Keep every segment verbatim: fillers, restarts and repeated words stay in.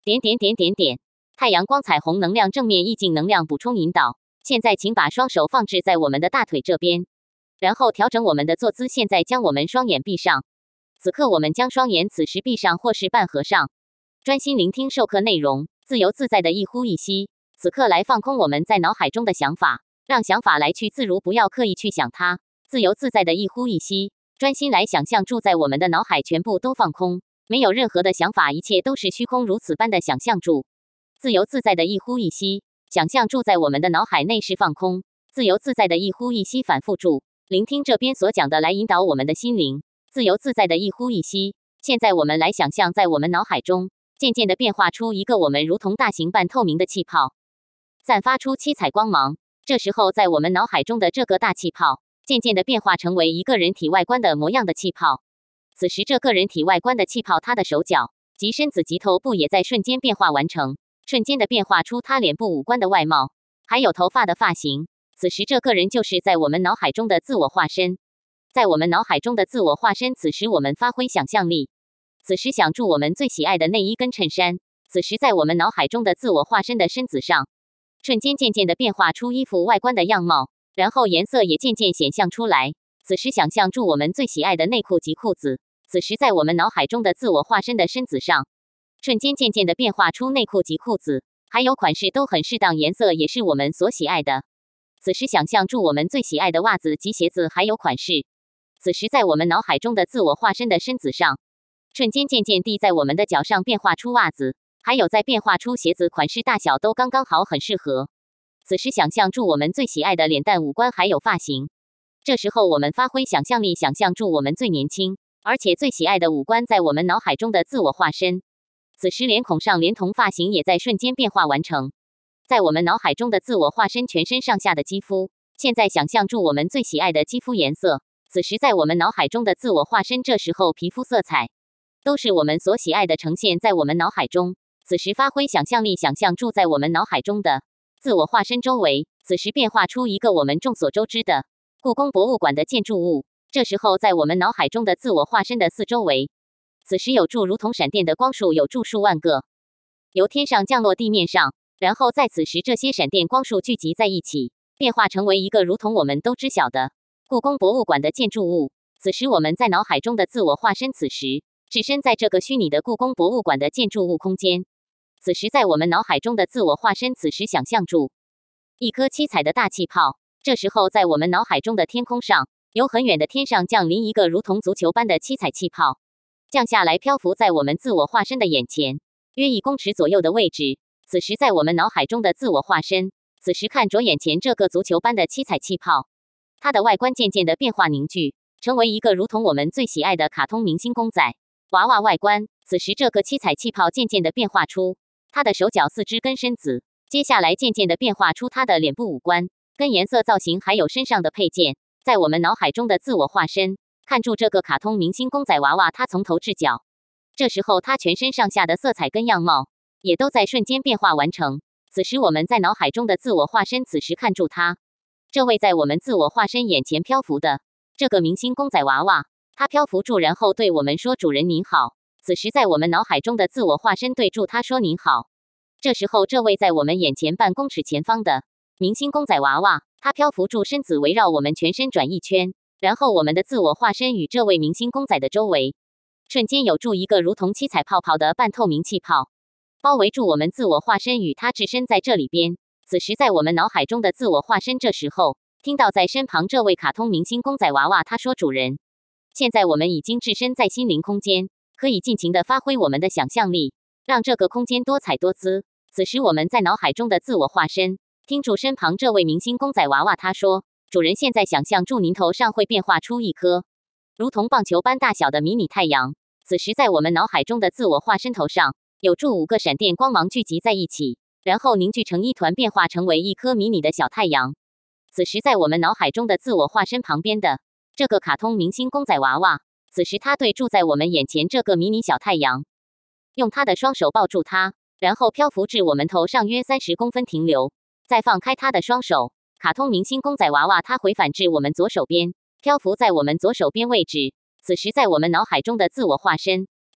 点点点点点。太阳光彩虹能量正面意境能量补充引导。现在请把双手放置在我们的大腿这边，然后调整我们的坐姿。现在将我们双眼闭上。此刻我们将双眼此时闭上或是半合上，专心聆听授课内容，自由自在的一呼一吸。此刻来放空我们在脑海中的想法，让想法来去自如，不要刻意去想它。自由自在的一呼一吸，专心来想象住在我们的脑海全部都放空，没有任何的想法，一切都是虚空，如此般的想象住。自由自在的一呼一吸，想象住在我们的脑海内是放空，自由自在的一呼一吸，反复住，聆听这边所讲的来引导我们的心灵。自由自在的一呼一吸，现在我们来想象在我们脑海中渐渐的变化出一个我们如同大型半透明的气泡，散发出七彩光芒。这时候在我们脑海中的这个大气泡渐渐的变化成为一个人体外观的模样的气泡。此时这个人体外观的气泡，他的手脚及身子及头部也在瞬间变化完成，瞬间的变化出他脸部五官的外貌，还有头发的发型。此时这个人就是在我们脑海中的自我化身，在我们脑海中的自我化身。此时我们发挥想象力，此时想住我们最喜爱的内衣跟衬衫。此时在我们脑海中的自我化身的身子上，瞬间渐渐的变化出衣服外观的样貌，然后颜色也渐渐显现出来。此时想象住我们最喜爱的内裤及裤子。此时在我们脑海中的自我化身的身子上，瞬间渐渐的变化出内裤及裤子，还有款式都很适当，颜色也是我们所喜爱的。此时想象住我们最喜爱的袜子及鞋子还有款式。此时在我们脑海中的自我化身的身子上，瞬间渐渐地在我们的脚上变化出袜子，还有在变化出鞋子，款式大小都刚刚好，很适合。此时想象住我们最喜爱的脸蛋五官还有发型。这时候我们发挥想象力，想象住我们最年轻而且最喜爱的五官在我们脑海中的自我化身。此时脸孔上连同发型也在瞬间变化完成。在我们脑海中的自我化身全身上下的肌肤，现在想象住我们最喜爱的肌肤颜色。此时在我们脑海中的自我化身，这时候皮肤色彩都是我们所喜爱的呈现在我们脑海中。此时发挥想象力，想象住在我们脑海中的自我化身周围，此时变化出一个我们众所周知的故宫博物馆的建筑物。这时候在我们脑海中的自我化身的四周围，此时有柱如同闪电的光束，有柱数万个，由天上降落地面上，然后在此时这些闪电光束聚集在一起，变化成为一个如同我们都知晓的故宫博物馆的建筑物。此时我们在脑海中的自我化身，此时置身在这个虚拟的故宫博物馆的建筑物空间。此时在我们脑海中的自我化身，此时想象住一颗七彩的大气泡。这时候在我们脑海中的天空上，由很远的天上降临一个如同足球般的七彩气泡，降下来漂浮在我们自我化身的眼前，约一公尺左右的位置。此时在我们脑海中的自我化身，此时看着眼前这个足球般的七彩气泡，它的外观渐渐的变化凝聚，成为一个如同我们最喜爱的卡通明星公仔娃娃外观。此时这个七彩气泡渐渐的变化出它的手脚四肢跟身子，接下来渐渐的变化出它的脸部五官跟颜色造型，还有身上的配件。在我们脑海中的自我化身看住这个卡通明星公仔娃娃，它从头至脚，这时候它全身上下的色彩跟样貌也都在瞬间变化完成。此时我们在脑海中的自我化身此时看住它，这位在我们自我化身眼前漂浮的这个明星公仔娃娃，它漂浮住，然后对我们说主人您好。此时在我们脑海中的自我化身对住它说您好。这时候这位在我们眼前半公尺前方的明星公仔娃娃，它漂浮住，身子围绕我们全身转一圈，然后我们的自我化身与这位明星公仔的周围瞬间有住一个如同七彩泡泡的半透明气泡，包围住我们自我化身与它置身在这里边。此时在我们脑海中的自我化身这时候听到在身旁这位卡通明星公仔娃娃他说主人，现在我们已经置身在心灵空间，可以尽情的发挥我们的想象力，让这个空间多彩多姿。此时我们在脑海中的自我化身听住身旁这位明星公仔娃娃他说主人，现在想象住您头上会变化出一颗如同棒球般大小的迷你太阳。此时在我们脑海中的自我化身头上有住五个闪电光芒聚集在一起，然后凝聚成一团，变化成为一颗迷你的小太阳。此时在我们脑海中的自我化身旁边的这个卡通明星公仔娃娃，此时他对住在我们眼前这个迷你小太阳，用他的双手抱住它，然后漂浮至我们头上约三十公分停留，再放开他的双手，卡通明星公仔娃娃它回返至我们左手边，漂浮在我们左手边位置。此时在我们脑海中的自我化身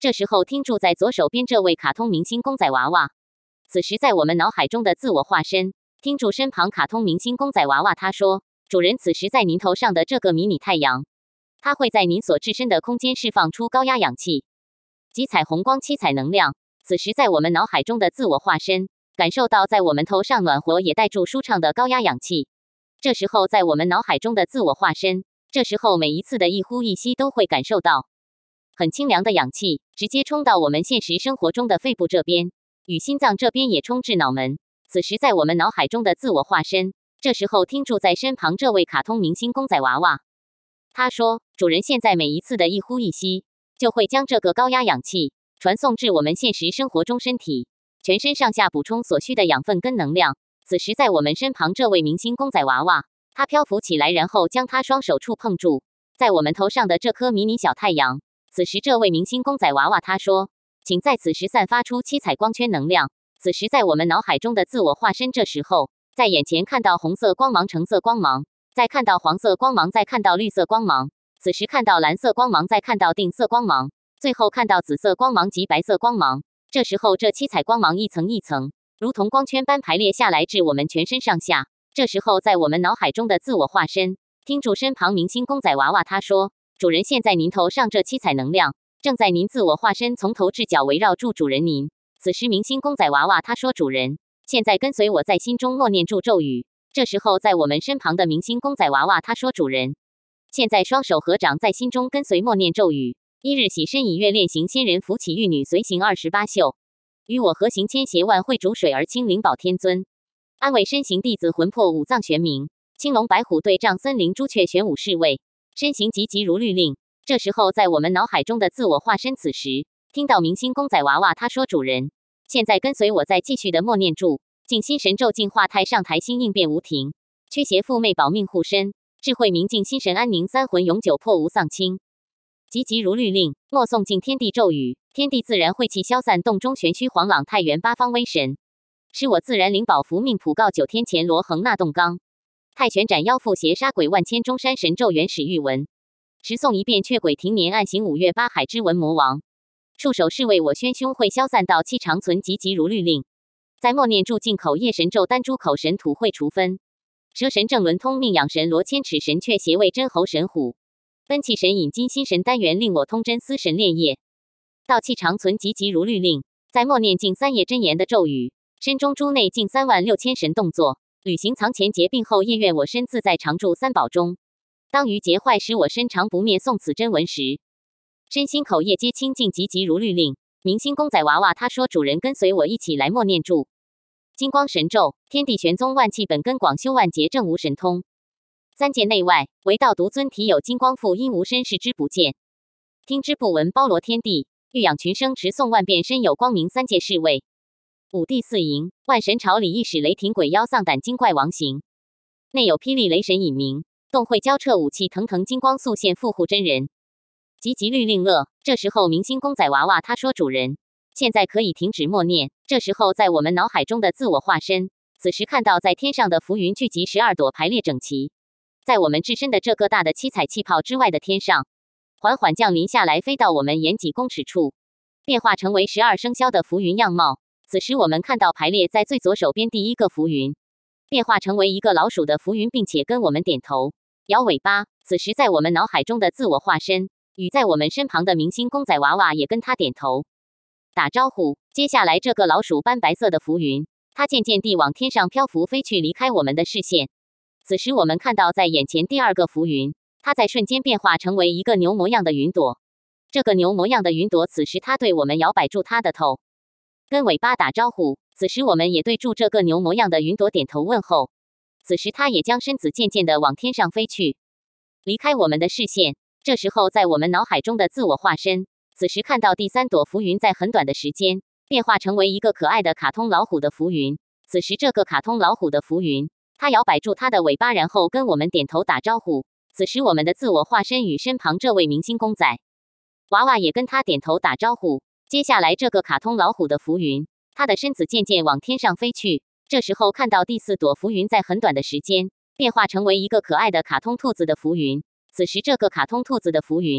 这时候听住在左手边这位卡通明星公仔娃娃，此时在我们脑海中的自我化身，听住身旁卡通明星公仔娃娃他说，主人此时在您头上的这个迷你太阳，它会在您所置身的空间释放出高压氧气及彩虹光七彩能量。此时在我们脑海中的自我化身，感受到在我们头上暖和也带住舒畅的高压氧气。这时候在我们脑海中的自我化身，这时候每一次的一呼一吸都会感受到很清凉的氧气，直接冲到我们现实生活中的肺部这边，与心脏这边也冲至脑门。此时在我们脑海中的自我化身，这时候听住在身旁这位卡通明星公仔娃娃，他说，主人现在每一次的一呼一吸，就会将这个高压氧气传送至我们现实生活中身体，全身上下补充所需的养分跟能量。此时在我们身旁这位明星公仔娃娃，他漂浮起来，然后将他双手触碰住在我们头上的这颗迷你小太阳。此时这位明星公仔娃娃他说，请在此时散发出七彩光圈能量。此时在我们脑海中的自我化身，这时候在眼前看到红色光芒、橙色光芒，再看到黄色光芒，再看到绿色光芒，此时看到蓝色光芒，再看到定色光芒，最后看到紫色光芒及白色光芒。这时候这七彩光芒一层一层如同光圈般排列下来至我们全身上下。这时候在我们脑海中的自我化身，听住身旁明星公仔娃娃他说，主人现在您头上这七彩能量正在您自我化身从头至脚围绕住主人您。此时明星公仔娃娃他说，主人现在跟随我在心中默念住咒语。这时候在我们身旁的明星公仔娃娃他说，主人现在双手合掌在心中跟随默念咒语。一日喜身以月练行仙人扶起玉女随行二十八宿，与我合行千邪万会逐水而清灵宝天尊，安慰身形弟子魂魄五脏玄冥，青龙白虎对仗森林朱雀玄武侍卫，身形急急如律令。这时候在我们脑海中的自我化身，此时听到明星公仔娃娃他说，主人现在跟随我再继续的默念住静心神咒净化太上台心应变无停，驱邪附媚保命护身，智慧明镜心神安宁三魂永久破无丧清，急急如律令，默诵尽天地咒语，天地自然晦气消散，洞中玄虚黄朗太元八方威神，使我自然灵宝福命普告九天前罗恒那洞罡，太玄斩妖缚邪杀鬼万千中山神咒原始玉文，十诵一遍却鬼停年暗行五岳八海之文魔王，触手是为我宣凶会消散道气长存，急急如律令，在默念住进口业神咒丹珠口神土会除分，蛇神正轮通命养神罗千尺神阙邪卫真猴神虎，奔气神引金心神单元令我通真思神炼业，道气长存急急如律令，在默念尽三业真言的咒语，身中诸内尽三万六千神动作，履行藏前劫并后业愿我身自在常住三宝中，当于劫坏时我身常不灭诵此真文时，身心口业皆清净急急如律令。明星公仔娃娃他说，主人跟随我一起来默念住金光神咒，天地玄宗万气本根广修万劫正无神通，三界内外唯道独尊体有金光复因无身视之不见，听之不闻包罗天地，欲养群生持诵万遍身有光明三界侍卫，五帝四营万神朝礼一使雷霆鬼妖丧胆精怪王行，内有霹雳雷神隐名，洞会交彻武器腾腾金光速现复护真人，急急律令乐。这时候明星公仔娃娃他说，主人现在可以停止默念。这时候在我们脑海中的自我化身，此时看到在天上的浮云聚集十二朵排列整齐，在我们置身的这个大的七彩气泡之外的天上缓缓降临下来，飞到我们眼几公尺处，变化成为十二生肖的浮云样貌。此时我们看到排列在最左手边第一个浮云变化成为一个老鼠的浮云，并且跟我们点头摇尾巴。此时在我们脑海中的自我化身与在我们身旁的明星公仔娃娃也跟他点头打招呼。接下来这个老鼠斑白色的浮云，它渐渐地往天上漂浮飞去，离开我们的视线。此时我们看到在眼前第二个浮云，它在瞬间变化成为一个牛模样的云朵。这个牛模样的云朵，此时它对我们摇摆住它的头跟尾巴打招呼。此时我们也对住这个牛模样的云朵点头问候。此时它也将身子渐渐地往天上飞去，离开我们的视线。这时候在我们脑海中的自我化身，此时看到第三朵浮云在很短的时间变化成为一个可爱的卡通老虎的浮云。此时这个卡通老虎的浮云，它摇摆住它的尾巴，然后跟我们点头打招呼。此时我们的自我化身与身旁这位明星公仔娃娃也跟他点头打招呼。接下来这个卡通老虎的浮云，它的身子渐渐往天上飞去。这时候看到第四朵浮云在很短的时间变化成为一个可爱的卡通兔子的浮云。此时这个卡通兔子的浮云，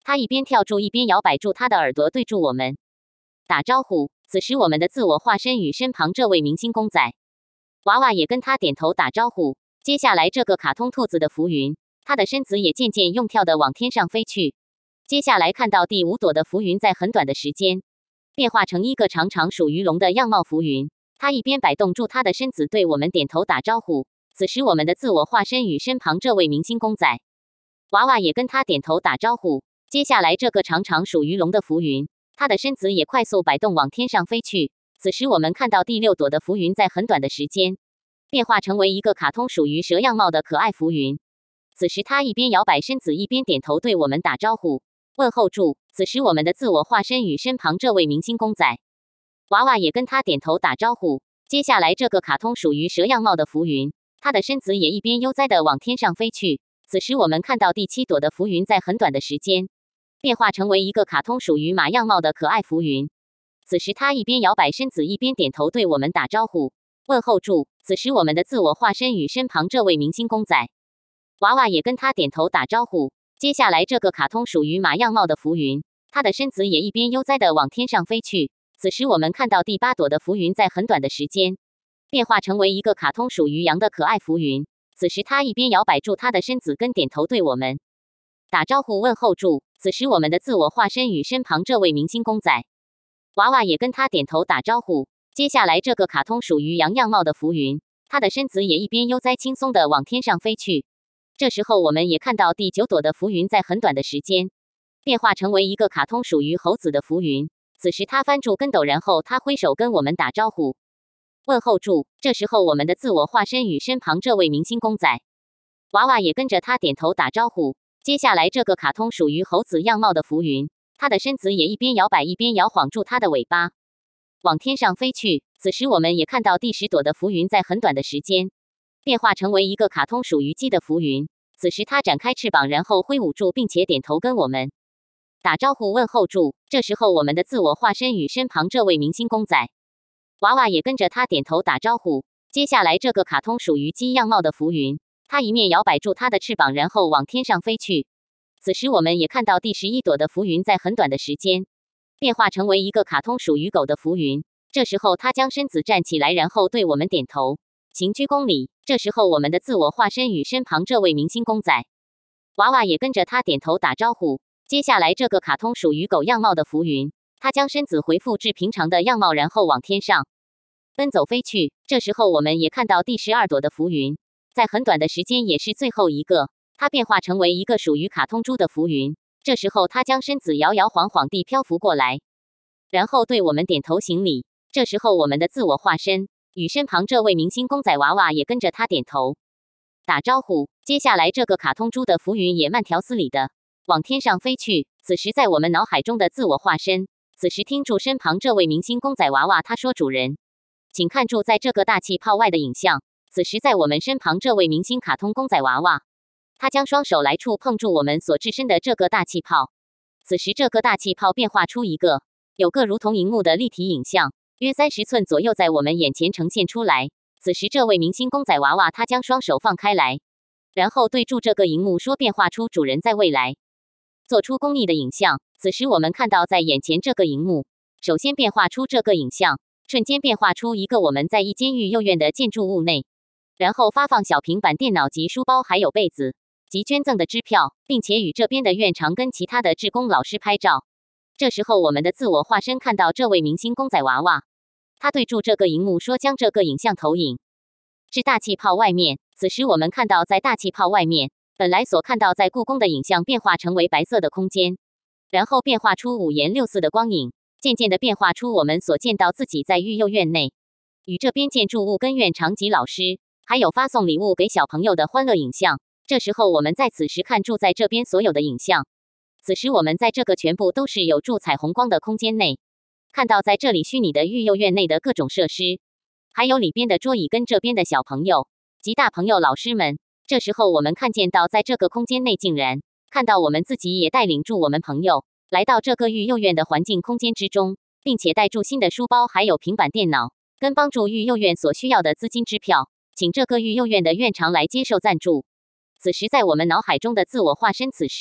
他一边跳住一边摇摆住他的耳朵，对住我们打招呼。此时，我们的自我化身与身旁这位明星公仔娃娃也跟他点头打招呼。接下来，这个卡通兔子的浮云，它的身子也渐渐用跳的往天上飞去。接下来看到第五朵的浮云，在很短的时间变化成一个长长属于龙的样貌浮云。它一边摆动住它的身子，对我们点头打招呼。此时，我们的自我化身与身旁这位明星公仔娃娃也跟他点头打招呼。接下来，这个长长属于龙的浮云，它的身子也快速摆动往天上飞去。此时，我们看到第六朵的浮云在很短的时间变化成为一个卡通属于蛇样貌的可爱浮云。此时，它一边摇摆身子，一边点头对我们打招呼，问候住。此时，我们的自我化身与身旁这位明星公仔娃娃也跟他点头打招呼。接下来，这个卡通属于蛇样貌的浮云，它的身子也一边悠哉的往天上飞去。此时，我们看到第七朵的浮云在很短的时间变化成为一个卡通属于马样貌的可爱浮云。此时，它一边摇摆身子，一边点头对我们打招呼，问候住。此时，我们的自我化身与身旁这位明星公仔娃娃也跟他点头打招呼。接下来，这个卡通属于马样貌的浮云，它的身子也一边悠哉的往天上飞去。此时，我们看到第八朵的浮云在很短的时间变化成为一个卡通属于羊的可爱浮云。此时，它一边摇摆住它的身子，跟点头对我们打招呼问候住。此时，我们的自我化身与身旁这位明星公仔娃娃也跟他点头打招呼。接下来，这个卡通属于羊样貌的浮云，它的身子也一边悠哉轻松的往天上飞去。这时候，我们也看到第九朵的浮云在很短的时间变化成为一个卡通属于猴子的浮云。此时，他翻住跟斗，然后他挥手跟我们打招呼，问候住。这时候，我们的自我化身与身旁这位明星公仔娃娃也跟着他点头打招呼。接下来，这个卡通属于猴子样貌的浮云，它的身子也一边摇摆一边摇晃住它的尾巴，往天上飞去。此时，我们也看到第十朵的浮云在很短的时间变化成为一个卡通属于鸡的浮云。此时，它展开翅膀，然后挥舞住，并且点头跟我们打招呼问候住。这时候，我们的自我化身与身旁这位明星公仔娃娃也跟着他点头打招呼。接下来，这个卡通属于鸡样貌的浮云，它一面摇摆住它的翅膀，然后往天上飞去。此时，我们也看到第十一朵的浮云在很短的时间变化成为一个卡通属于狗的浮云。这时候，它将身子站起来，然后对我们点头，行鞠躬礼。这时候，我们的自我化身与身旁这位明星公仔娃娃也跟着他点头打招呼。接下来，这个卡通属于狗样貌的浮云，它将身子恢复至平常的样貌，然后往天上奔走飞去。这时候，我们也看到第十二朵的浮云，在很短的时间，也是最后一个，它变化成为一个属于卡通猪的浮云。这时候，它将身子摇摇晃晃地漂浮过来，然后对我们点头行礼。这时候，我们的自我化身与身旁这位明星公仔娃娃也跟着他点头打招呼。接下来，这个卡通猪的浮云也慢条斯理的往天上飞去。此时，在我们脑海中的自我化身，此时听住身旁这位明星公仔娃娃，他说：“主人，请看住在这个大气泡外的影像。”此时，在我们身旁这位明星卡通公仔娃娃，他将双手来触碰住我们所置身的这个大气泡。此时，这个大气泡变化出一个有个如同荧幕的立体影像，约三十寸左右，在我们眼前呈现出来。此时，这位明星公仔娃娃他将双手放开来，然后对住这个荧幕说：“变化出主人在未来做出公益的影像。”此时，我们看到在眼前这个荧幕，首先变化出这个影像，瞬间变化出一个我们在一间育幼院的建筑物内，然后发放小平板电脑及书包，还有被子及捐赠的支票，并且与这边的院长跟其他的志工老师拍照。这时候，我们的自我化身看到这位明星公仔娃娃，他对住这个荧幕说：“将这个影像投影至大气泡外面。”此时，我们看到在大气泡外面，本来所看到在故宫的影像变化成为白色的空间，然后变化出五颜六色的光影，渐渐的变化出我们所见到自己在育幼院内与这边建筑物跟院长及老师，还有发送礼物给小朋友的欢乐影像。这时候，我们在此时看住在这边所有的影像。此时，我们在这个全部都是有助彩虹光的空间内，看到在这里虚拟的育幼院内的各种设施，还有里边的桌椅跟这边的小朋友及大朋友老师们。这时候，我们看见到在这个空间内，竟然看到我们自己也带领住我们朋友来到这个育幼院的环境空间之中，并且带住新的书包，还有平板电脑，跟帮助育幼院所需要的资金支票，请这个育幼院的院长来接受赞助。此时，在我们脑海中的自我化身，此时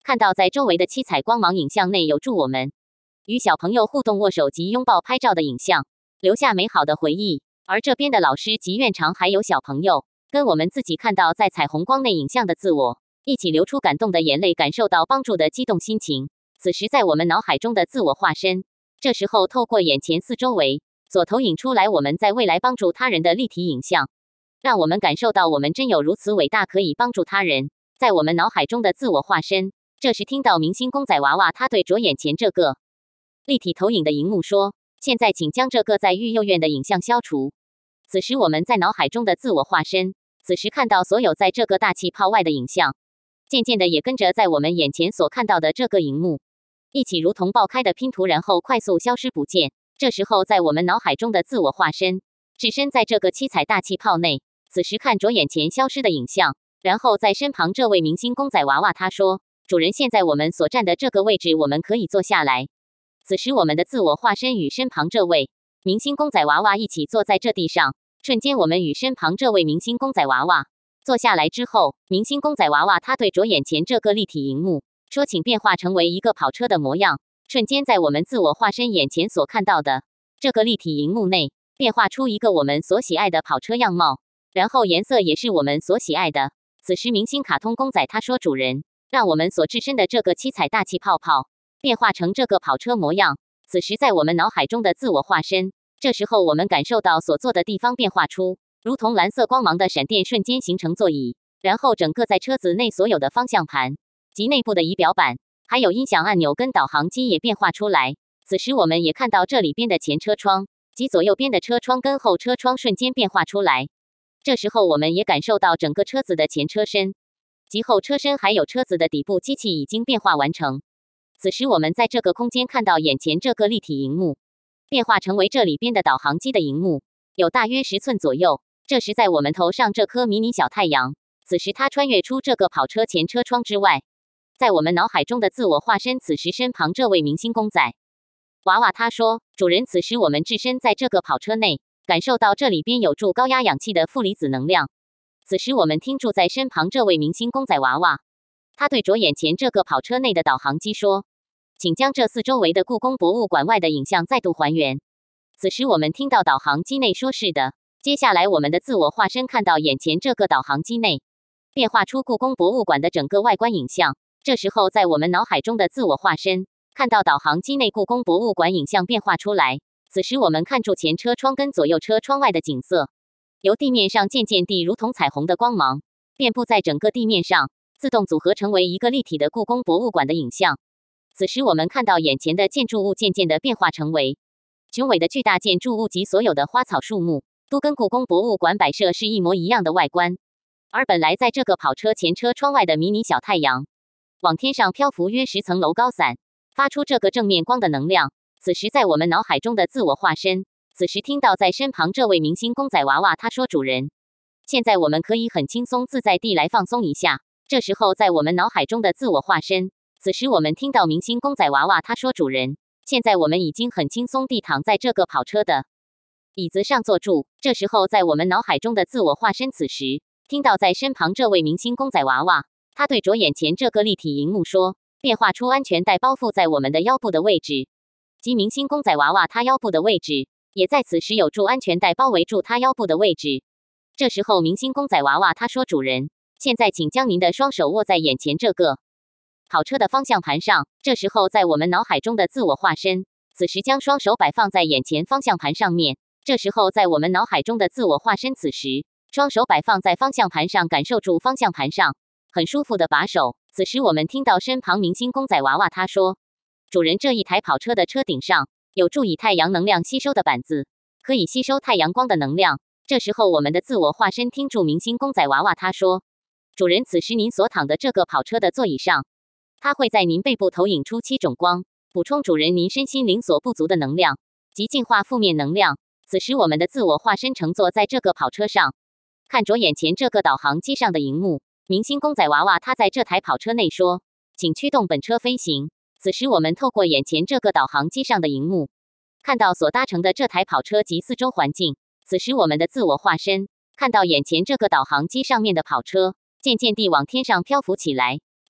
看到在周围的七彩光芒影像内有助我们与小朋友互动、握手及拥抱、拍照的影像，留下美好的回忆。而这边的老师及院长还有小朋友，跟我们自己看到在彩虹光内影像的自我，一起流出感动的眼泪，感受到帮助的激动心情。此时在我们脑海中的自我化身，这时候透过眼前四周围所投影出来我们在未来帮助他人的立体影像，让我们感受到我们真有如此伟大，可以帮助他人。在我们脑海中的自我化身，这时听到明星公仔娃娃他对着眼前这个立体投影的荧幕说：现在请将这个在育幼院的影像消除。此时我们在脑海中的自我化身，此时看到所有在这个大气泡外的影像，渐渐的也跟着在我们眼前所看到的这个荧幕一起如同爆开的拼图，然后快速消失不见。这时候在我们脑海中的自我化身，置身在这个七彩大气泡内，此时看着眼前消失的影像，然后在身旁这位明星公仔娃娃他说：主人，现在我们所站的这个位置，我们可以坐下来。此时我们的自我化身与身旁这位明星公仔娃娃一起坐在这地上，瞬间我们与身旁这位明星公仔娃娃坐下来之后，明星公仔娃娃他对着眼前这个立体荧幕说：请变化成为一个跑车的模样。瞬间在我们自我化身眼前所看到的这个立体荧幕内，变化出一个我们所喜爱的跑车样貌，然后颜色也是我们所喜爱的。此时明星卡通公仔他说：主人，让我们所置身的这个七彩大气泡泡变化成这个跑车模样。此时在我们脑海中的自我化身，这时候我们感受到所坐的地方变化出如同蓝色光芒的闪电，瞬间形成座椅，然后整个在车子内所有的方向盘及内部的仪表板还有音响按钮跟导航机也变化出来。此时我们也看到这里边的前车窗及左右边的车窗跟后车窗瞬间变化出来。这时候我们也感受到整个车子的前车身及后车身还有车子的底部机器已经变化完成。此时我们在这个空间看到眼前这个立体荧幕变化成为这里边的导航机的荧幕，有大约十寸左右。这时在我们头上这颗迷你小太阳，此时它穿越出这个跑车前车窗之外，在我们脑海中的自我化身，此时身旁这位明星公仔娃娃他说：主人，此时我们置身在这个跑车内，感受到这里边有助高压氧气的负离子能量。此时我们听住在身旁这位明星公仔娃娃，他对着眼前这个跑车内的导航机说：请将这四周围的故宫博物馆外的影像再度还原。此时我们听到导航机内说是的。接下来我们的自我化身看到眼前这个导航机内变化出故宫博物馆的整个外观影像。这时候在我们脑海中的自我化身看到导航机内故宫博物馆影像变化出来。此时我们看住前车窗跟左右车窗外的景色，由地面上渐渐地如同彩虹的光芒遍布在整个地面上，自动组合成为一个立体的故宫博物馆的影像。此时我们看到眼前的建筑物渐渐的变化成为雄伟的巨大建筑物及所有的花草树木都跟故宫博物馆摆设是一模一样的外观。而本来在这个跑车前车窗外的迷你小太阳往天上漂浮约十层楼高伞，发出这个正面光的能量。此时在我们脑海中的自我化身，此时听到在身旁这位明星公仔娃娃他说：主人，现在我们可以很轻松自在地来放松一下。这时候在我们脑海中的自我化身，此时我们听到明星公仔娃娃他说：主人，现在我们已经很轻松地躺在这个跑车的椅子上坐住。这时候在我们脑海中的自我化身，此时听到在身旁这位明星公仔娃娃他对着眼前这个立体荧幕说：变化出安全带包覆在我们的腰部的位置，及明星公仔娃娃他腰部的位置也在此时有助安全带包围住他腰部的位置。这时候明星公仔娃娃他说：主人，现在请将您的双手握在眼前这个跑车的方向盘上。这时候在我们脑海中的自我化身，此时将双手摆放在眼前方向盘上面。这时候在我们脑海中的自我化身，此时双手摆放在方向盘上，感受住方向盘上很舒服的把手。此时我们听到身旁明星公仔娃娃他说：主人，这一台跑车的车顶上有助以太阳能量吸收的板子，可以吸收太阳光的能量。这时候我们的自我化身听住明星公仔娃娃他说：主人，此时您所躺的这个跑车的座椅上，它会在您背部投影出七种光，补充主人您身心灵所不足的能量及净化负面能量。此时我们的自我化身乘坐在这个跑车上，看着眼前这个导航机上的荧幕，明星公仔娃娃他在这台跑车内说：请驱动本车飞行。此时我们透过眼前这个导航机上的荧幕，看到所搭乘的这台跑车及四周环境。此时我们的自我化身看到眼前这个导航机上面的跑车渐渐地往天上漂浮起来，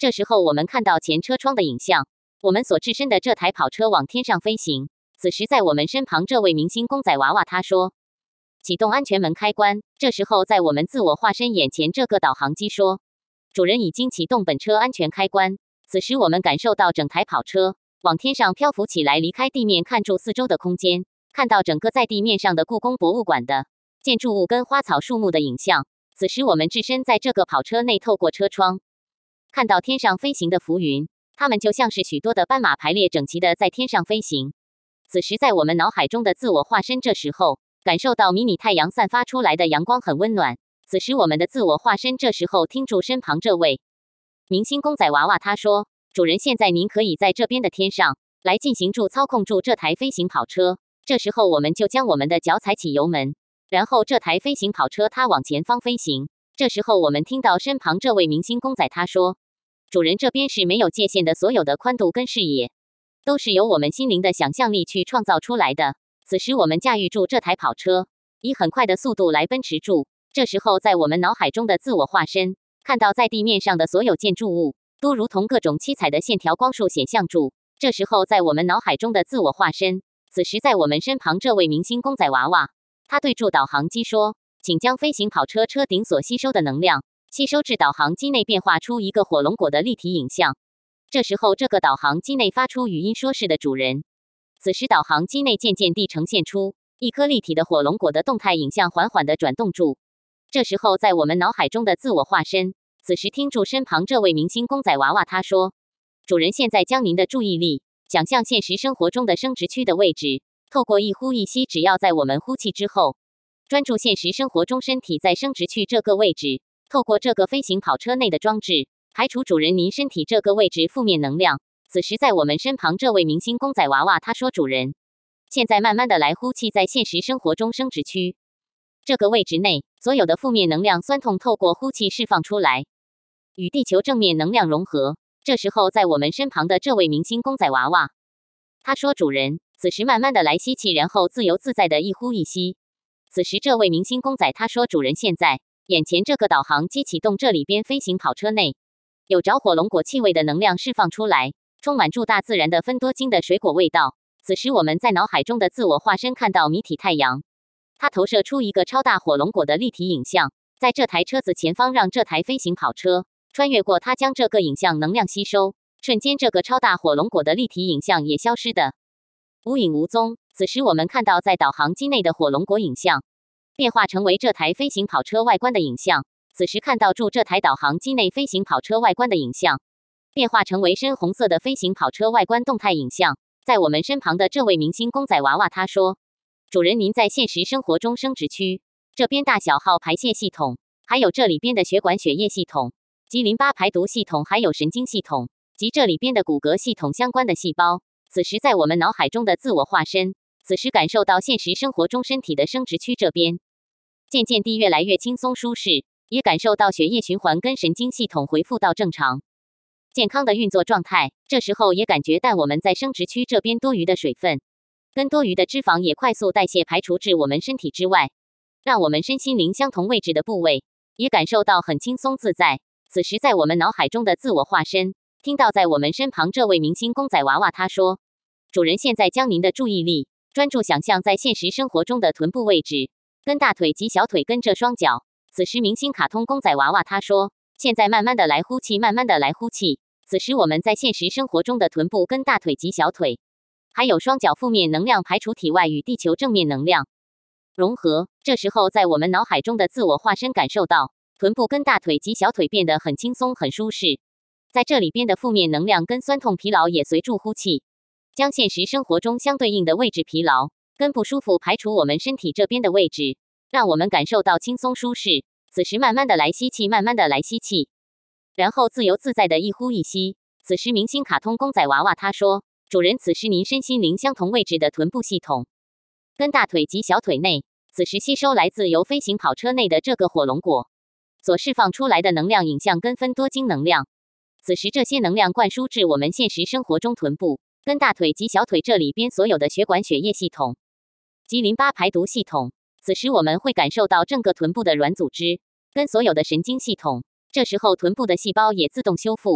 这时候我们看到前车窗的影像，我们所置身的这台跑车往天上飞行。此时在我们身旁这位明星公仔娃娃他说：“启动安全门开关。”这时候在我们自我化身眼前这个导航机说：“主人已经启动本车安全开关。”此时我们感受到整台跑车往天上漂浮起来，离开地面，看住四周的空间，看到整个在地面上的故宫博物馆的建筑物跟花草树木的影像。此时我们置身在这个跑车内，透过车窗看到天上飞行的浮云，它们就像是许多的斑马排列整齐的在天上飞行。此时在我们脑海中的自我化身这时候感受到迷你太阳散发出来的阳光很温暖。此时我们的自我化身这时候听住身旁这位明星公仔娃娃他说：“主人，现在您可以在这边的天上来进行住操控住这台飞行跑车。”这时候我们就将我们的脚踩起油门，然后这台飞行跑车它往前方飞行。这时候我们听到身旁这位明星公仔他说：“主人，这边是没有界限的，所有的宽度跟视野都是由我们心灵的想象力去创造出来的。”此时我们驾驭住这台跑车，以很快的速度来奔驰住。这时候在我们脑海中的自我化身看到在地面上的所有建筑物都如同各种七彩的线条光束显像住。这时候在我们脑海中的自我化身，此时在我们身旁这位明星公仔娃娃他对住导航机说：“请将飞行跑车车顶所吸收的能量吸收至导航机内，变化出一个火龙果的立体影像。”这时候这个导航机内发出语音说：“是的，主人。”此时导航机内渐渐地呈现出一颗立体的火龙果的动态影像，缓缓地转动住。这时候在我们脑海中的自我化身此时听住身旁这位明星公仔娃娃他说：“主人，现在将您的注意力想象现实生活中的生殖区的位置，透过一呼一吸，只要在我们呼气之后专注现实生活中身体在生殖区这个位置，透过这个飞行跑车内的装置排除主人您身体这个位置负面能量。”此时在我们身旁这位明星公仔娃娃他说：“主人，现在慢慢的来呼气，在现实生活中生殖区这个位置内所有的负面能量酸痛透过呼气释放出来，与地球正面能量融合。”这时候在我们身旁的这位明星公仔娃娃他说：“主人，此时慢慢的来吸气，然后自由自在的一呼一吸。”此时这位明星公仔他说：“主人，现在眼前这个导航机启动，这里边飞行跑车内有着火龙果气味的能量释放出来，充满住大自然的芬多精的水果味道。”此时我们在脑海中的自我化身看到谜体太阳，它投射出一个超大火龙果的立体影像，在这台车子前方，让这台飞行跑车穿越过它，将这个影像能量吸收。瞬间这个超大火龙果的立体影像也消失的无影无踪。此时我们看到在导航机内的火龙果影像变化成为这台飞行跑车外观的影像。此时看到住这台导航机内飞行跑车外观的影像变化成为深红色的飞行跑车外观动态影像。在我们身旁的这位明星公仔娃娃他说：“主人，您在现实生活中生殖区这边大小号排泄系统，还有这里边的血管血液系统及淋巴排毒系统，还有神经系统及这里边的骨骼系统相关的细胞。”此时在我们脑海中的自我化身此时感受到现实生活中身体的生殖区这边渐渐地越来越轻松舒适，也感受到血液循环跟神经系统恢复到正常健康的运作状态。这时候也感觉但我们在生殖区这边多余的水分跟多余的脂肪也快速代谢排除至我们身体之外，让我们身心灵相同位置的部位也感受到很轻松自在。此时在我们脑海中的自我化身听到在我们身旁这位明星公仔娃娃他说：“主人，现在将您的注意力专注想象在现实生活中的臀部位置跟大腿及小腿跟这双脚。”此时明星卡通公仔娃娃他说：“现在慢慢的来呼气，慢慢的来呼气。”此时我们在现实生活中的臀部跟大腿及小腿还有双脚负面能量排除体外，与地球正面能量融合。这时候在我们脑海中的自我化身感受到臀部跟大腿及小腿变得很轻松很舒适，在这里边的负面能量跟酸痛疲劳也随住呼气将现实生活中相对应的位置疲劳跟不舒服排除我们身体这边的位置，让我们感受到轻松舒适。此时慢慢的来吸气，慢慢的来吸气，然后自由自在的一呼一吸。此时明星卡通公仔娃娃他说：“主人，此时您身心灵相同位置的臀部系统跟大腿及小腿内此时吸收来自由飞行跑车内的这个火龙果所释放出来的能量影像跟芬多精能量。此时这些能量灌输至我们现实生活中臀部跟大腿及小腿这里边所有的血管血液系统及淋巴排毒系统。此时我们会感受到整个臀部的软组织跟所有的神经系统，这时候臀部的细胞也自动修复，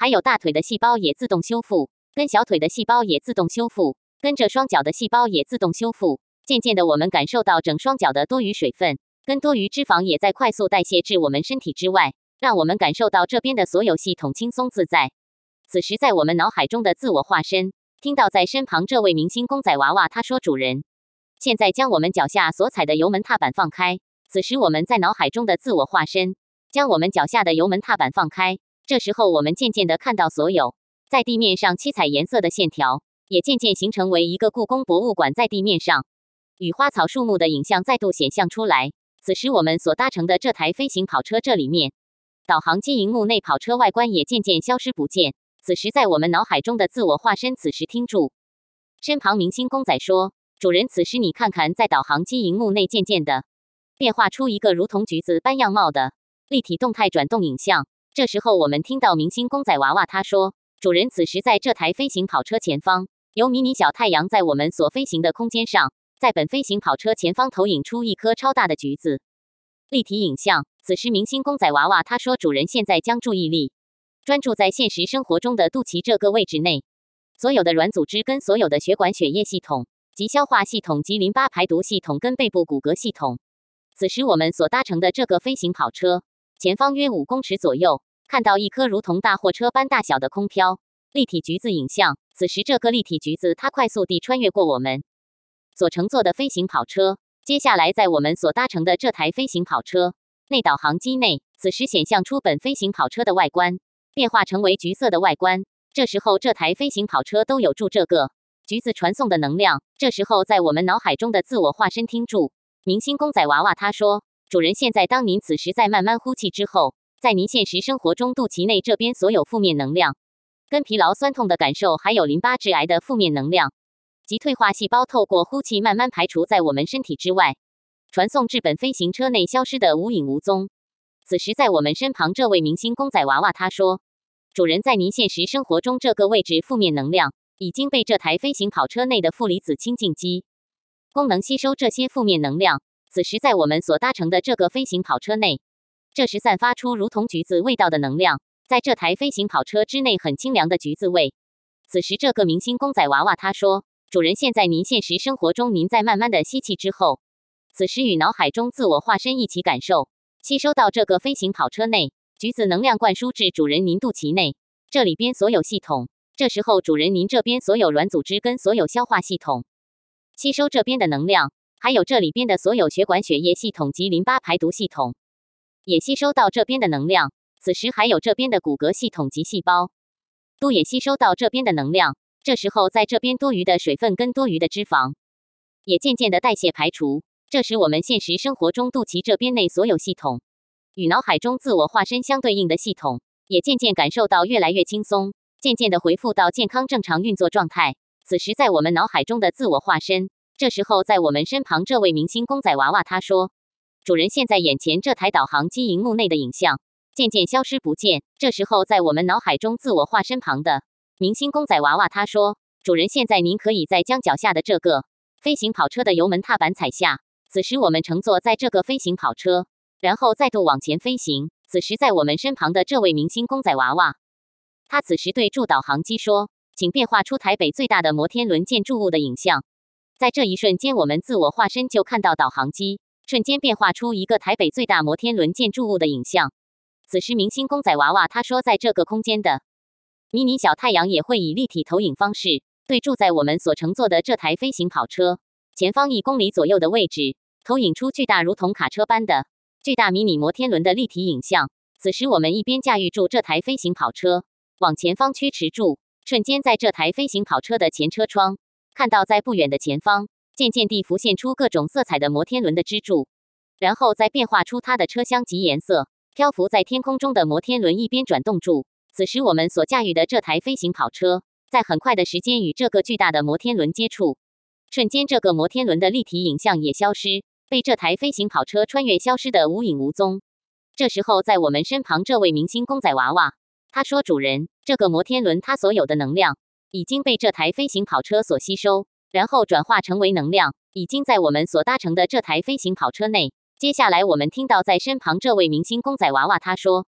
还有大腿的细胞也自动修复，跟小腿的细胞也自动修复，跟着双脚的细胞也自动修复。渐渐的，我们感受到整双脚的多余水分跟多余脂肪也在快速代谢至我们身体之外，让我们感受到这边的所有系统轻松自在。此时，在我们脑海中的自我化身听到在身旁这位明星公仔娃娃，他说：“主人，现在将我们脚下所踩的油门踏板放开。”此时，我们在脑海中的自我化身将我们脚下的油门踏板放开。这时候，我们渐渐的看到所有在地面上七彩颜色的线条，也渐渐形成为一个故宫博物馆在地面上与花草树木的影像再度显现出来。此时，我们所搭乘的这台飞行跑车这里面，导航机荧幕内跑车外观也渐渐消失不见。此时，在我们脑海中的自我化身此时听住身旁明星公仔说：“主人，此时你看看，在导航机荧幕内渐渐的变化出一个如同橘子般样貌的立体动态转动影像。”这时候，我们听到明星公仔娃娃他说：“主人，此时在这台飞行跑车前方，有迷你小太阳在我们所飞行的空间上，在本飞行跑车前方投影出一颗超大的橘子立体影像。”此时，明星公仔娃娃他说：“主人，现在将注意力专注在现实生活中的肚脐这个位置内，所有的软组织跟所有的血管血液系统及消化系统及淋巴排毒系统跟背部骨骼系统。”此时，我们所搭乘的这个飞行跑车前方约五公尺左右，看到一颗如同大货车般大小的空飘立体橘子影像。此时，这个立体橘子它快速地穿越过我们所乘坐的飞行跑车。接下来，在我们所搭乘的这台飞行跑车内导航机内，此时显现出本飞行跑车的外观变化成为橘色的外观。这时候，这台飞行跑车都有助这个橘子传送的能量。这时候，在我们脑海中的自我化身听住明星公仔娃娃他说：“主人，现在当您此时在慢慢呼气之后，在您现实生活中肚脐内这边所有负面能量跟疲劳酸痛的感受，还有淋巴致癌的负面能量及退化细胞，透过呼气慢慢排除在我们身体之外，传送至本飞行车内，消失的无影无踪。”此时，在我们身旁这位明星公仔娃娃他说：“主人，在您现实生活中这个位置负面能量已经被这台飞行跑车内的负离子清净机功能吸收这些负面能量。”此时，在我们所搭乘的这个飞行跑车内，这时散发出如同橘子味道的能量，在这台飞行跑车之内很清凉的橘子味。此时，这个明星公仔娃娃他说：“主人，现在您现实生活中您在慢慢的吸气之后，此时与脑海中自我化身一起感受吸收到这个飞行跑车内橘子能量灌输至主人您肚脐内这里边所有系统。这时候，主人您这边所有软组织跟所有消化系统吸收这边的能量，还有这里边的所有血管血液系统及淋巴排毒系统也吸收到这边的能量。此时还有这边的骨骼系统及细胞都也吸收到这边的能量。这时候，在这边多余的水分跟多余的脂肪也渐渐的代谢排除。这时，我们现实生活中肚脐这边内所有系统与脑海中自我化身相对应的系统也渐渐感受到越来越轻松，渐渐的恢复到健康正常运作状态。此时，在我们脑海中的自我化身，这时候在我们身旁这位明星公仔娃娃他说：“主人，现在眼前这台导航机荧幕内的影像渐渐消失不见。”这时候，在我们脑海中自我化身旁的明星公仔娃娃他说：“主人，现在您可以再将脚下的这个飞行跑车的油门踏板踩下。”此时，我们乘坐在这个飞行跑车，然后再度往前飞行。此时，在我们身旁的这位明星公仔娃娃，他此时对驻导航机说：“请变化出台北最大的摩天轮建筑物的影像。”在这一瞬间，我们自我化身就看到导航机瞬间变化出一个台北最大摩天轮建筑物的影像。此时，明星公仔娃娃他说，在这个空间的迷你小太阳也会以立体投影方式对住在我们所乘坐的这台飞行跑车前方一公里左右的位置，投影出巨大如同卡车般的巨大迷你摩天轮的立体影像。此时，我们一边驾驭住这台飞行跑车往前方驱驰住，瞬间在这台飞行跑车的前车窗看到在不远的前方渐渐地浮现出各种色彩的摩天轮的支柱，然后再变化出它的车厢及颜色。漂浮在天空中的摩天轮一边转动住。此时，我们所驾驭的这台飞行跑车在很快的时间与这个巨大的摩天轮接触，瞬间这个摩天轮的立体影像也消失，被这台飞行跑车穿越消失的无影无踪。这时候，在我们身旁这位明星公仔娃娃他说：“主人，这个摩天轮它所有的能量已经被这台飞行跑车所吸收，然后转化成为能量，已经在我们所搭乘的这台飞行跑车内。”接下来我们听到在身旁这位明星公仔娃娃他说：“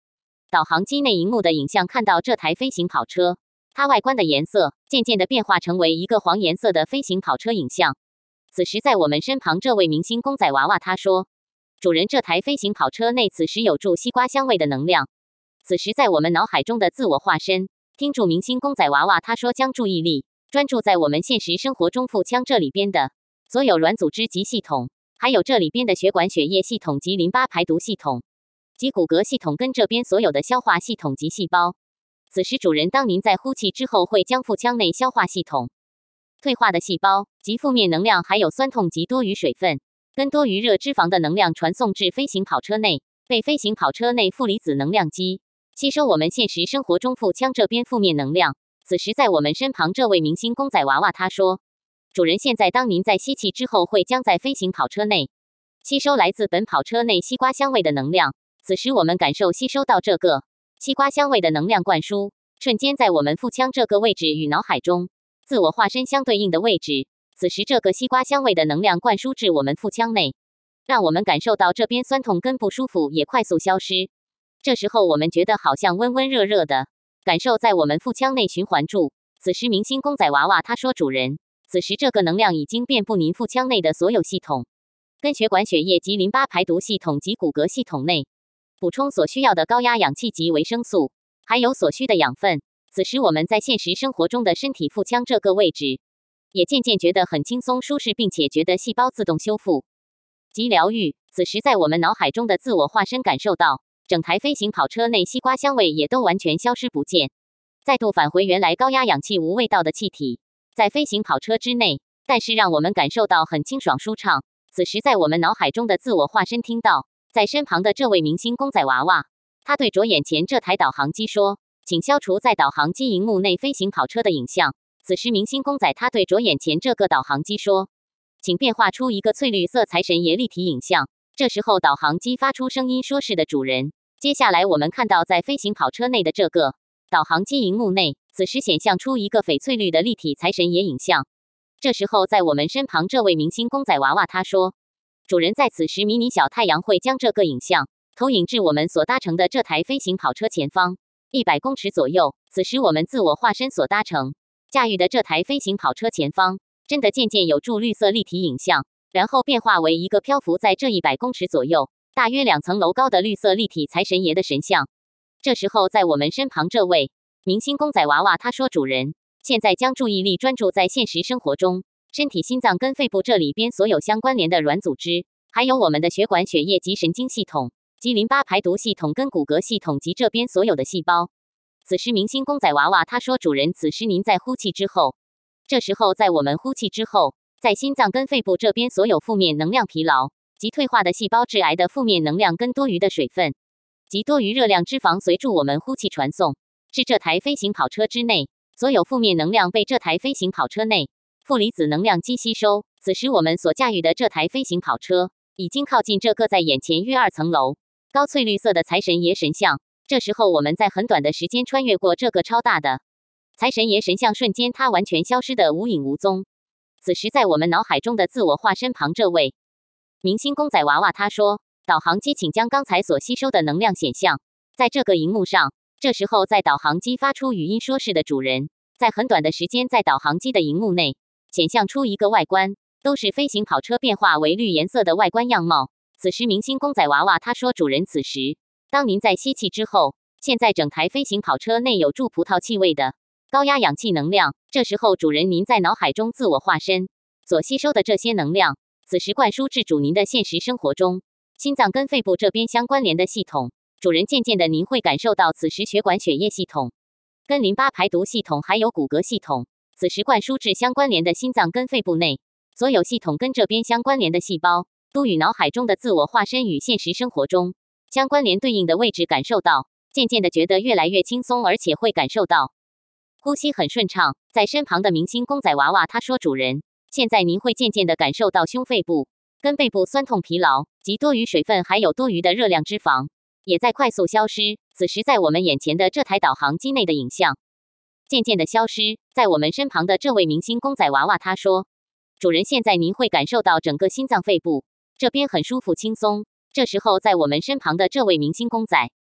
导航机内荧幕的影像看到这台飞行跑车，它外观的颜色渐渐的变化成为一个黄颜色的飞行跑车影像。此时在我们身旁这位明星公仔娃娃他说，主人，这台飞行跑车内此时有住西瓜香味的能量。此时在我们脑海中的自我化身听住明星公仔娃娃他说，将注意力专注在我们现实生活中腹腔这里边的所有软组织及系统，还有这里边的血管血液系统及淋巴排毒系统及骨骼系统跟这边所有的消化系统及细胞。此时主人，当您在呼气之后，会将腹腔内消化系统、退化的细胞及负面能量，还有酸痛及多余水分跟多余热脂肪的能量传送至飞行跑车内，被飞行跑车内负离子能量机吸收我们现实生活中腹腔这边负面能量。此时在我们身旁这位明星公仔娃娃他说，主人，现在当您在吸气之后，会将在飞行跑车内吸收来自本跑车内西瓜香味的能量。此时我们感受吸收到这个西瓜香味的能量灌输，瞬间在我们腹腔这个位置与脑海中自我化身相对应的位置。此时这个西瓜香味的能量灌输至我们腹腔内，让我们感受到这边酸痛跟不舒服也快速消失。这时候我们觉得好像温温热热的感受在我们腹腔内循环住。此时明星公仔娃娃他说，主人，此时这个能量已经遍布您腹腔内的所有系统，跟血管血液及淋巴排毒系统及骨骼系统内，补充所需要的高压氧气及维生素，还有所需的养分。此时我们在现实生活中的身体腹腔这个位置也渐渐觉得很轻松舒适，并且觉得细胞自动修复及疗愈。此时在我们脑海中的自我化身感受到整台飞行跑车内西瓜香味也都完全消失不见，再度返回原来高压氧气无味道的气体在飞行跑车之内，但是让我们感受到很清爽舒畅。此时在我们脑海中的自我化身听到在身旁的这位明星公仔娃娃，他对着眼前这台导航机说，请消除在导航机荧幕内飞行跑车的影像。此时明星公仔他对着眼前这个导航机说，请变化出一个翠绿色财神爷立体影像。这时候导航机发出声音说，是的主人。接下来我们看到在飞行跑车内的这个导航机荧幕内，此时显像出一个翡翠绿的立体财神爷影像。这时候在我们身旁这位明星公仔娃娃他说，主人，在此时迷你小太阳会将这个影像投影至我们所搭乘的这台飞行跑车前方一百公尺左右。此时我们自我化身所搭乘驾驭的这台飞行跑车前方真的渐渐有助绿色立体影像，然后变化为一个漂浮在这一百公尺左右大约两层楼高的绿色立体财神爷的神像。这时候在我们身旁这位明星公仔娃娃他说，主人，现在将注意力专注在现实生活中身体心脏跟肺部这里边所有相关联的软组织，还有我们的血管血液及神经系统及淋巴排毒系统跟骨骼系统及这边所有的细胞。此时明星公仔娃娃他说，主人，此时您在呼气之后，这时候在我们呼气之后，在心脏跟肺部这边所有负面能量疲劳及退化的细胞致癌的负面能量跟多余的水分及多余热量脂肪随住我们呼气传送至这台飞行跑车之内，所有负面能量被这台飞行跑车内负离子能量机吸收。此时我们所驾驭的这台飞行跑车已经靠近这个在眼前约二层楼高翠绿色的财神爷神像。这时候我们在很短的时间穿越过这个超大的财神爷神像，瞬间它完全消失的无影无踪。此时在我们脑海中的自我化身旁这位明星公仔娃娃他说，导航机请将刚才所吸收的能量显像在这个荧幕上。这时候在导航机发出语音说，是的主人。在很短的时间在导航机的荧幕内显像出一个外观都是飞行跑车变化为绿颜色的外观样貌。此时明星公仔娃娃他说，主人，此时当您在吸气之后，现在整台飞行跑车内有助葡萄气味的高压氧气能量。这时候主人，您在脑海中自我化身所吸收的这些能量，此时灌输至主您的现实生活中心脏跟肺部这边相关联的系统。主人，渐渐的您会感受到此时血管血液系统跟淋巴排毒系统还有骨骼系统此时灌输至相关联的心脏跟肺部内，所有系统跟这边相关联的细胞都与脑海中的自我化身与现实生活中相关联对应的位置感受到，渐渐的觉得越来越轻松，而且会感受到呼吸很顺畅。在身旁的明星公仔娃娃他说，主人，现在您会渐渐的感受到胸肺部跟背部酸痛疲劳及多余水分还有多余的热量脂肪也在快速消失。此时在我们眼前的这台导航机内的影像渐渐的消失。在我们身旁的这位明星公仔娃娃他说，主人，现在您会感受到整个心脏肺部这边很舒服轻松。这时候在我们身旁的这位明星公仔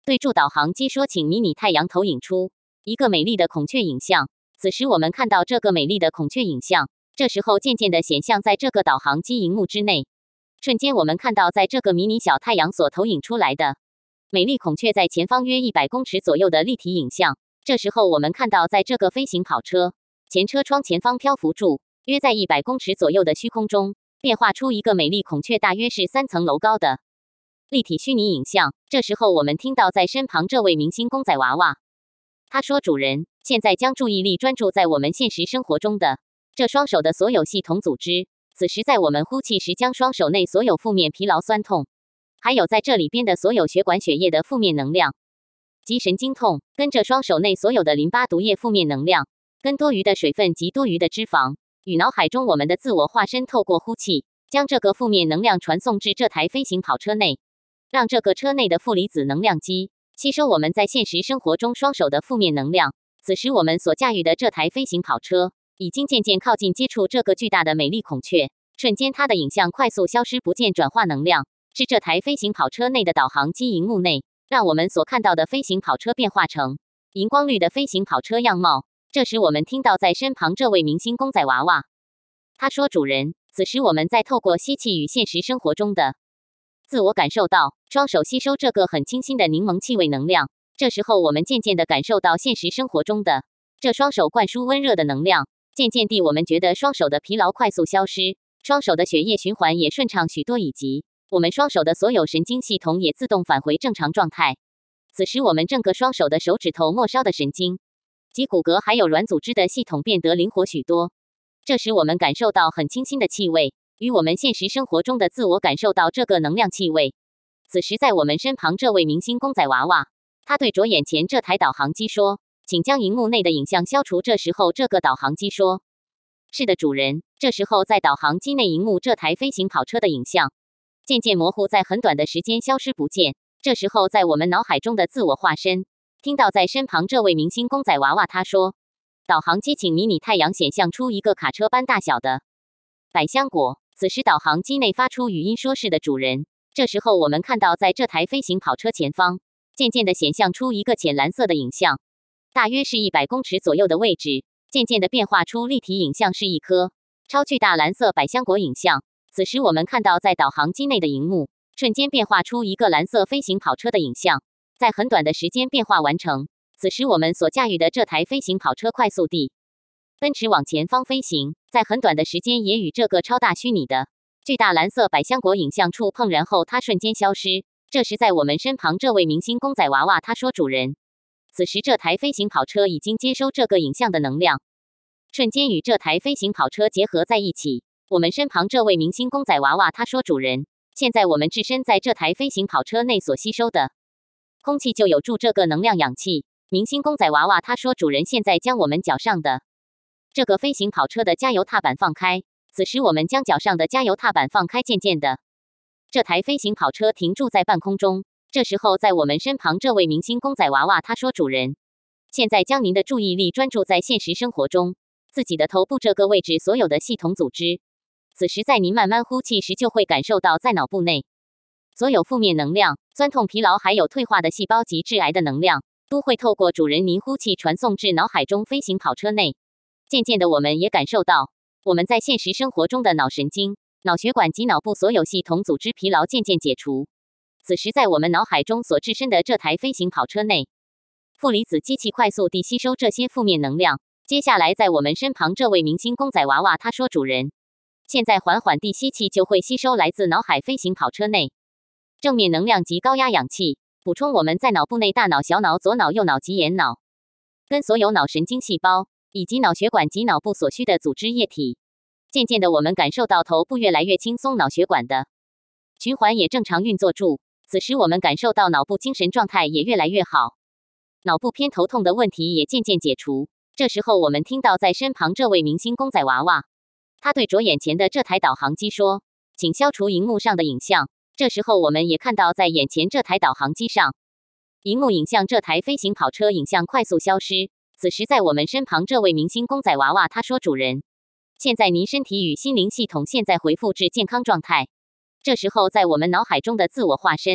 对助导航机说：“请迷你太阳投影出一个美丽的孔雀影像。”此时我们看到这个美丽的孔雀影像，这时候渐渐的显像在这个导航机荧幕之内。瞬间我们看到在这个迷你小太阳所投影出来的美丽孔雀在前方约一百公尺左右的立体影像。这时候我们看到在这个飞行跑车前车窗前方漂浮住约在一百公尺左右的虚空中，变化出一个美丽孔雀大约是三层楼高的立体虚拟影像。这时候我们听到在身旁这位明星公仔娃娃，他说：“主人，现在将注意力专注在我们现实生活中的这双手的所有系统组织。此时在我们呼气时，将双手内所有负面疲劳酸痛，还有在这里边的所有血管血液的负面能量及神经痛，跟这双手内所有的淋巴毒液负面能量，跟多余的水分及多余的脂肪，与脑海中我们的自我化身透过呼气，将这个负面能量传送至这台飞行跑车内，让这个车内的负离子能量机吸收我们在现实生活中双手的负面能量。此时我们所驾驭的这台飞行跑车已经渐渐靠近接触这个巨大的美丽孔雀，瞬间它的影像快速消失不见，转化能量至这台飞行跑车内的导航机荧幕内，让我们所看到的飞行跑车变化成荧光绿的飞行跑车样貌。这时我们听到在身旁这位明星公仔娃娃，他说：“主人，此时我们在透过吸气与现实生活中的自我感受到双手吸收这个很清新的柠檬气味能量。这时候我们渐渐地感受到现实生活中的这双手灌输温热的能量，渐渐地我们觉得双手的疲劳快速消失，双手的血液循环也顺畅许多，以及我们双手的所有神经系统也自动返回正常状态。此时我们整个双手的手指头末梢的神经及骨骼还有软组织的系统变得灵活许多。这时我们感受到很清新的气味，与我们现实生活中的自我感受到这个能量气味。此时在我们身旁这位明星公仔娃娃，他对着眼前这台导航机说：“请将荧幕内的影像消除。”这时候这个导航机说：“是的，主人。”这时候在导航机内荧幕这台飞行跑车的影像渐渐模糊，在很短的时间消失不见。这时候在我们脑海中的自我化身听到在身旁这位明星公仔娃娃他说：“导航机请迷你太阳显像出一个卡车般大小的百香果。”此时导航机内发出语音说：“是的，主人。”这时候我们看到在这台飞行跑车前方渐渐的显像出一个浅蓝色的影像，大约是一百公尺左右的位置，渐渐的变化出立体影像，是一颗超巨大蓝色百香果影像。此时我们看到在导航机内的荧幕瞬间变化出一个蓝色飞行跑车的影像，在很短的时间变化完成。此时我们所驾驭的这台飞行跑车快速地奔驰往前方飞行，在很短的时间也与这个超大虚拟的巨大蓝色百香果影像触碰，然后它瞬间消失。这时在我们身旁这位明星公仔娃娃他说：“主人，此时这台飞行跑车已经接收这个影像的能量，瞬间与这台飞行跑车结合在一起。”我们身旁这位明星公仔娃娃他说：“主人，现在我们置身在这台飞行跑车内所吸收的空气就有助这个能量氧气。”明星公仔娃娃他说：“主人，现在将我们脚上的这个飞行跑车的加油踏板放开。”此时我们将脚上的加油踏板放开，渐渐的这台飞行跑车停驻在半空中。这时候在我们身旁这位明星公仔娃娃他说：“主人，现在将您的注意力专注在现实生活中自己的头部这个位置所有的系统组织。此时在您慢慢呼气时，就会感受到在脑部内所有负面能量、酸痛、疲劳还有退化的细胞及致癌的能量都会透过主人您呼气传送至脑海中飞行跑车内。渐渐的我们也感受到我们在现实生活中的脑神经、脑血管及脑部所有系统组织疲劳渐渐解除。此时在我们脑海中所置身的这台飞行跑车内，负离子机器快速地吸收这些负面能量。接下来在我们身旁这位明星公仔娃娃他说：“主人，现在缓缓地吸气，就会吸收来自脑海飞行跑车内正面能量及高压氧气，补充我们在脑部内大脑、小脑、左脑、右脑及眼脑跟所有脑神经细胞以及脑血管及脑部所需的组织液体。渐渐的我们感受到头部越来越轻松，脑血管的循环也正常运作住。此时我们感受到脑部精神状态也越来越好，脑部偏头痛的问题也渐渐解除。这时候我们听到在身旁这位明星公仔娃娃他对着眼前的这台导航机说：“请消除荧幕上的影像。”这时候我们也看到在眼前这台导航机上荧幕影像这台飞行跑车影像快速消失。此时在我们身旁这位明星公仔娃娃他说：“主人，现在您身体与心灵系统现在恢复至健康状态。”这时候在我们脑海中的自我化身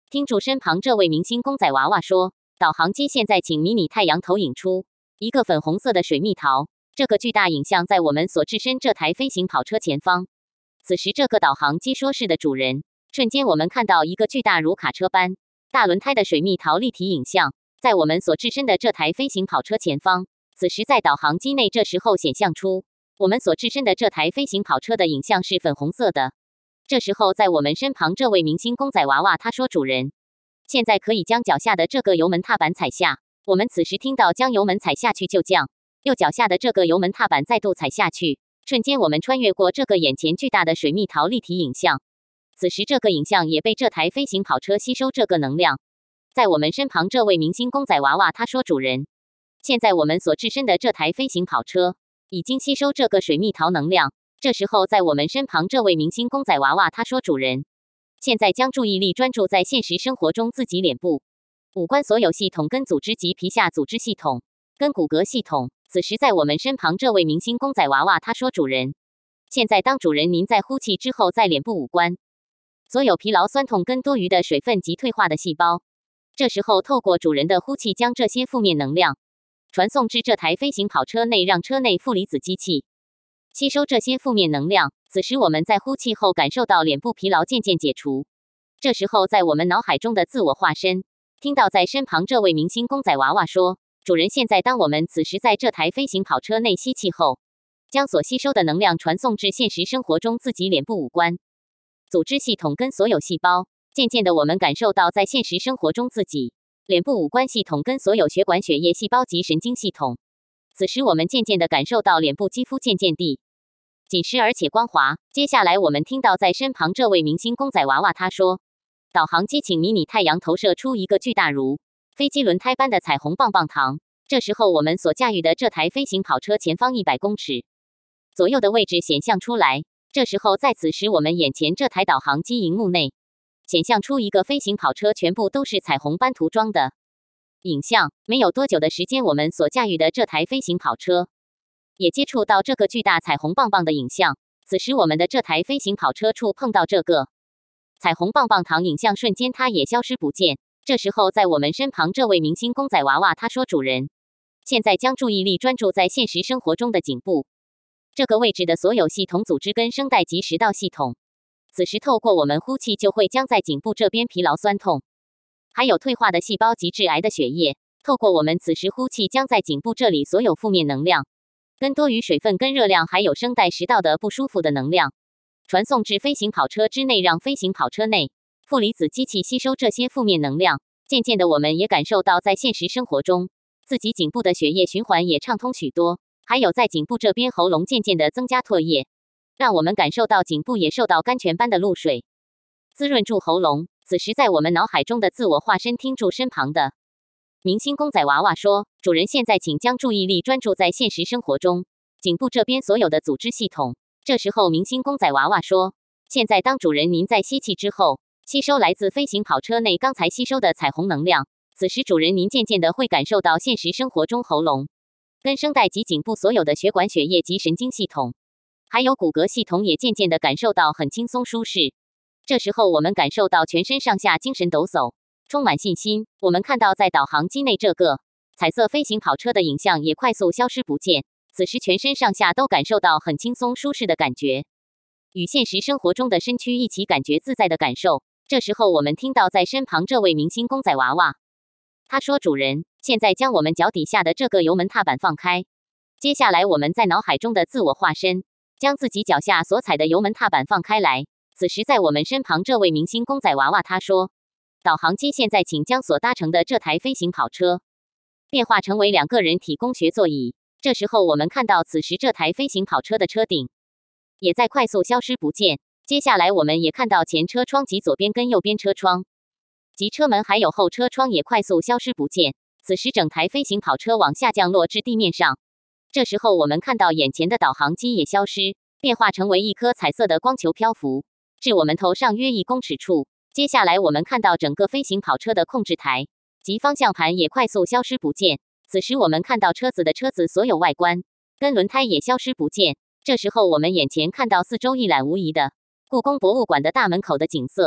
听住身旁这位明星公仔娃娃说，导航机现在请迷你太阳投影出一个粉红色的水蜜桃，这个巨大影像在我们所置身这台飞行跑车前方。此时，这个导航机说是的主人，瞬间我们看到一个巨大如卡车般大轮胎的水蜜桃立体影像，在我们所置身的这台飞行跑车前方。此时，在导航机内，这时候显像出我们所置身的这台飞行跑车的影像是粉红色的。这时候，在我们身旁这位明星公仔娃娃他说：“主人，现在可以将脚下的这个油门踏板踩下。”我们此时听到将油门踩下去就降，右脚下的这个油门踏板再度踩下去，瞬间我们穿越过这个眼前巨大的水蜜桃立体影像。此时，这个影像也被这台飞行跑车吸收这个能量。在我们身旁这位明星公仔娃娃他说：“主人，现在我们所置身的这台飞行跑车已经吸收这个水蜜桃能量。”这时候，在我们身旁这位明星公仔娃娃他说：“主人，现在将注意力专注在现实生活中自己脸部、五官所有系统跟组织及皮下组织系统跟骨骼系统。”此时，在我们身旁这位明星公仔娃娃他说：“主人，现在当主人您在呼气之后，在脸部五官所有疲劳、酸痛跟多余的水分及退化的细胞，这时候透过主人的呼气，将这些负面能量传送至这台飞行跑车内，让车内负离子机器吸收这些负面能量。此时我们在呼气后感受到脸部疲劳渐渐解除。这时候在我们脑海中的自我化身听到在身旁这位明星公仔娃娃说：“主人，现在当我们此时在这台飞行跑车内吸气后，将所吸收的能量传送至现实生活中自己脸部五官、组织系统跟所有细胞。渐渐的我们感受到在现实生活中自己脸部五官系统跟所有血管、血液、细胞及神经系统。此时我们渐渐的感受到脸部肌肤渐渐地紧实而且光滑。接下来我们听到在身旁这位明星公仔娃娃他说：“导航机请迷你太阳投射出一个巨大如飞机轮胎般的彩虹棒棒糖。”这时候我们所驾驭的这台飞行跑车前方一百公尺左右的位置显像出来。这时候在此时我们眼前这台导航机荧幕内显像出一个飞行跑车全部都是彩虹般涂装的影像。没有多久的时间，我们所驾驭的这台飞行跑车也接触到这个巨大彩虹棒棒的影像。此时我们的这台飞行跑车触碰到这个彩虹棒棒糖影像，瞬间它也消失不见。这时候在我们身旁这位明星公仔娃娃他说：“主人，现在将注意力专注在现实生活中的颈部这个位置的所有系统、组织跟声带及食道系统。此时透过我们呼气，就会将在颈部这边疲劳、酸痛还有退化的细胞及致癌的血液，透过我们此时呼气，将在颈部这里所有负面能量跟多余水分跟热量还有声带食道的不舒服的能量传送至飞行跑车之内，让飞行跑车内负离子机器吸收这些负面能量。渐渐的我们也感受到在现实生活中自己颈部的血液循环也畅通许多，还有在颈部这边喉咙渐渐的增加唾液，让我们感受到颈部也受到甘泉般的露水滋润住喉咙。此时在我们脑海中的自我化身听住身旁的明星公仔娃娃说：“主人，现在请将注意力专注在现实生活中颈部这边所有的组织系统。”这时候明星公仔娃娃说：“现在当主人您在吸气之后，吸收来自飞行跑车内刚才吸收的彩虹能量。此时主人您渐渐的会感受到现实生活中喉咙跟声带及颈部所有的血管、血液及神经系统还有骨骼系统也渐渐的感受到很轻松舒适。这时候我们感受到全身上下精神抖擞，充满信心。我们看到在导航机内这个彩色飞行跑车的影像也快速消失不见。此时全身上下都感受到很轻松舒适的感觉，与现实生活中的身躯一起感觉自在的感受。这时候我们听到在身旁这位明星公仔娃娃他说：“主人，现在将我们脚底下的这个油门踏板放开。”接下来我们在脑海中的自我化身将自己脚下所踩的油门踏板放开来。此时在我们身旁这位明星公仔娃娃他说：“导航机现在请将所搭乘的这台飞行跑车变化成为两个人体工学座椅。”这时候我们看到此时这台飞行跑车的车顶也在快速消失不见。接下来我们也看到前车窗及左边跟右边车窗及车门还有后车窗也快速消失不见。此时整台飞行跑车往下降落至地面上。这时候我们看到眼前的导航机也消失，变化成为一颗彩色的光球漂浮至我们头上约一公尺处。接下来我们看到整个飞行跑车的控制台及方向盘也快速消失不见。此时我们看到车子的车子所有外观跟轮胎也消失不见。这时候我们眼前看到四周一览无遗的故宫博物馆的大门口的景色。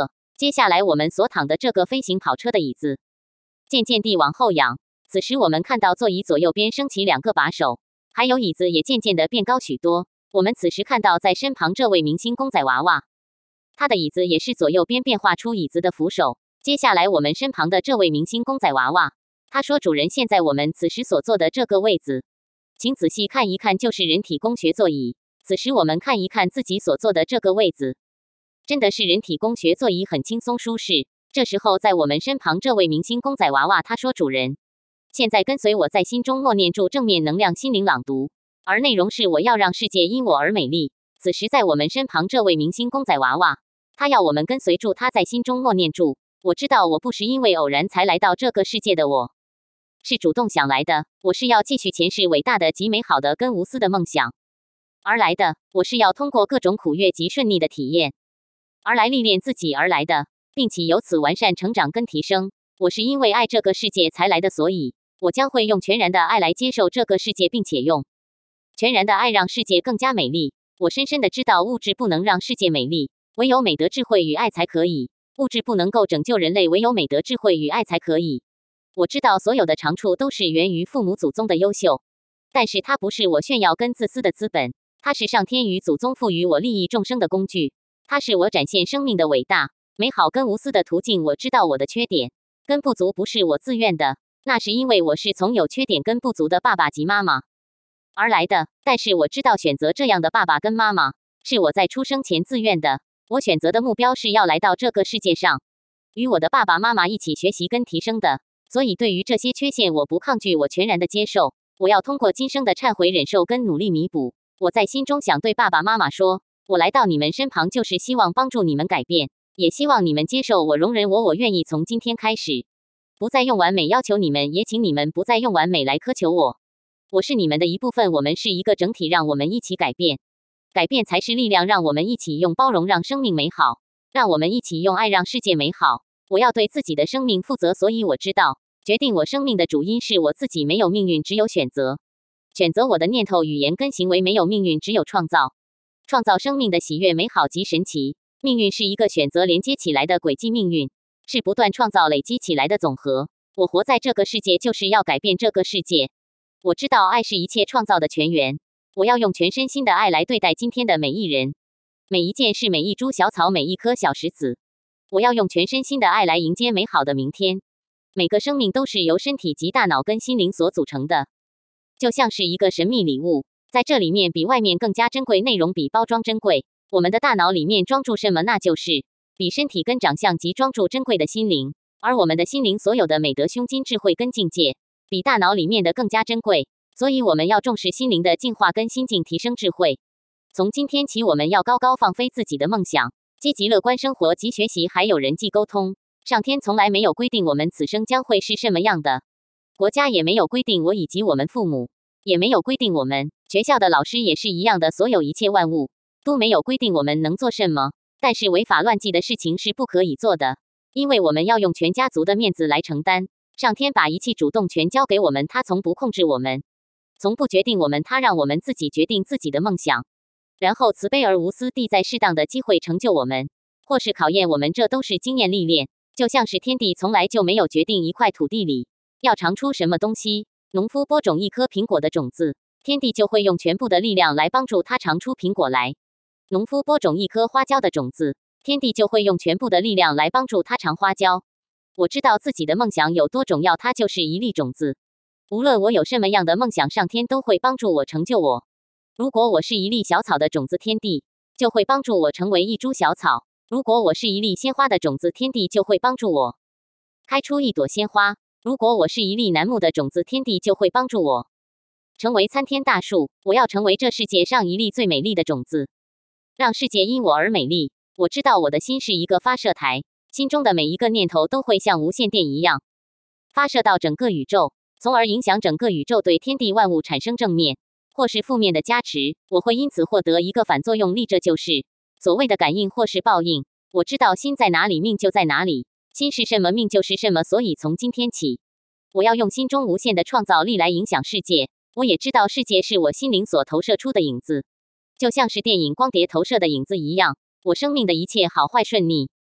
接下来我们所躺的这个飞行跑车的椅子，渐渐地往后仰。此时我们看到座椅左右边升起两个把手，还有椅子也渐渐地变高许多。我们此时看到在身旁这位明星公仔娃娃，他的椅子也是左右边变化出椅子的扶手。接下来我们身旁的这位明星公仔娃娃，他说：“主人，现在我们此时所坐的这个位子，请仔细看一看，就是人体工学座椅。”此时我们看一看自己所坐的这个位子，真的是人体工学座椅，很轻松舒适。这时候在我们身旁这位明星公仔娃娃，他说：“主人，现在跟随我在心中默念住正面能量心灵朗读，而内容是我要让世界因我而美丽。”此时在我们身旁这位明星公仔娃娃，他要我们跟随住他在心中默念住：“我知道我不是因为偶然才来到这个世界的，我是主动想来的，我是要继续前世伟大的极美好的跟无私的梦想而来的，我是要通过各种苦悦及顺利的体验而来历练自己而来的，并且由此完善成长跟提升。我是因为爱这个世界才来的，所以我将会用全然的爱来接受这个世界，并且用全然的爱让世界更加美丽。我深深的知道物质不能让世界美丽，唯有美德智慧与爱才可以。物质不能够拯救人类，唯有美德智慧与爱才可以。我知道所有的长处都是源于父母祖宗的优秀，但是它不是我炫耀跟自私的资本，它是上天与祖宗赋予我利益众生的工具，它是我展现生命的伟大、美好跟无私的途径。我知道我的缺点跟不足不是我自愿的，那是因为我是从有缺点跟不足的爸爸及妈妈而来的，但是我知道选择这样的爸爸跟妈妈是我在出生前自愿的。我选择的目标是要来到这个世界上，与我的爸爸妈妈一起学习跟提升的，所以对于这些缺陷我不抗拒，我全然的接受。我要通过今生的忏悔、忍受跟努力弥补。我在心中想对爸爸妈妈说，我来到你们身旁就是希望帮助你们改变，也希望你们接受我、容忍我。我愿意从今天开始不再用完美要求你们，也请你们不再用完美来苛求我。我是你们的一部分，我们是一个整体，让我们一起改变，改变才是力量，让我们一起用包容让生命美好，让我们一起用爱让世界美好。我要对自己的生命负责，所以我知道决定我生命的主因是我自己，没有命运，只有选择。选择我的念头、语言跟行为，没有命运，只有创造。创造生命的喜悦、美好及神奇。命运是一个选择连接起来的轨迹，命运是不断创造累积起来的总和。我活在这个世界就是要改变这个世界。我知道爱是一切创造的泉源，我要用全身心的爱来对待今天的每一人、每一件事、每一株小草、每一颗小石子。我要用全身心的爱来迎接美好的明天。每个生命都是由身体及大脑跟心灵所组成的，就像是一个神秘礼物，在这里面比外面更加珍贵，内容比包装珍贵。我们的大脑里面装住什么，那就是比身体跟长相及装住珍贵的心灵，而我们的心灵所有的美德、胸襟、智慧跟境界，比大脑里面的更加珍贵。所以我们要重视心灵的进化跟心境提升智慧。从今天起，我们要高高放飞自己的梦想，积极乐观生活及学习，还有人际沟通。上天从来没有规定我们此生将会是什么样的，国家也没有规定我以及我们父母，也没有规定我们学校的老师也是一样的，所有一切万物都没有规定我们能做什么。但是违法乱纪的事情是不可以做的，因为我们要用全家族的面子来承担。上天把一切主动权交给我们，他从不控制我们，从不决定我们，他让我们自己决定自己的梦想，然后慈悲而无私地在适当的机会成就我们，或是考验我们，这都是经验历练。就像是天地从来就没有决定一块土地里要长出什么东西，农夫播种一颗苹果的种子，天地就会用全部的力量来帮助它长出苹果来。农夫播种一颗花椒的种子，天地就会用全部的力量来帮助它长花椒。我知道自己的梦想有多重要，它就是一粒种子。无论我有什么样的梦想，上天都会帮助我成就我。如果我是一粒小草的种子，天地就会帮助我成为一株小草。如果我是一粒鲜花的种子，天地就会帮助我开出一朵鲜花。如果我是一粒楠木的种子，天地就会帮助我成为参天大树。我要成为这世界上一粒最美丽的种子，让世界因我而美丽。我知道我的心是一个发射台，心中的每一个念头都会像无线电一样发射到整个宇宙，从而影响整个宇宙，对天地万物产生正面或是负面的加持。我会因此获得一个反作用力，这就是所谓的感应或是报应。我知道心在哪里，命就在哪里，心是什么，命就是什么。所以从今天起，我要用心中无限的创造力来影响世界。我也知道世界是我心灵所投射出的影子，就像是电影光碟投射的影子一样。我生命的一切好坏顺逆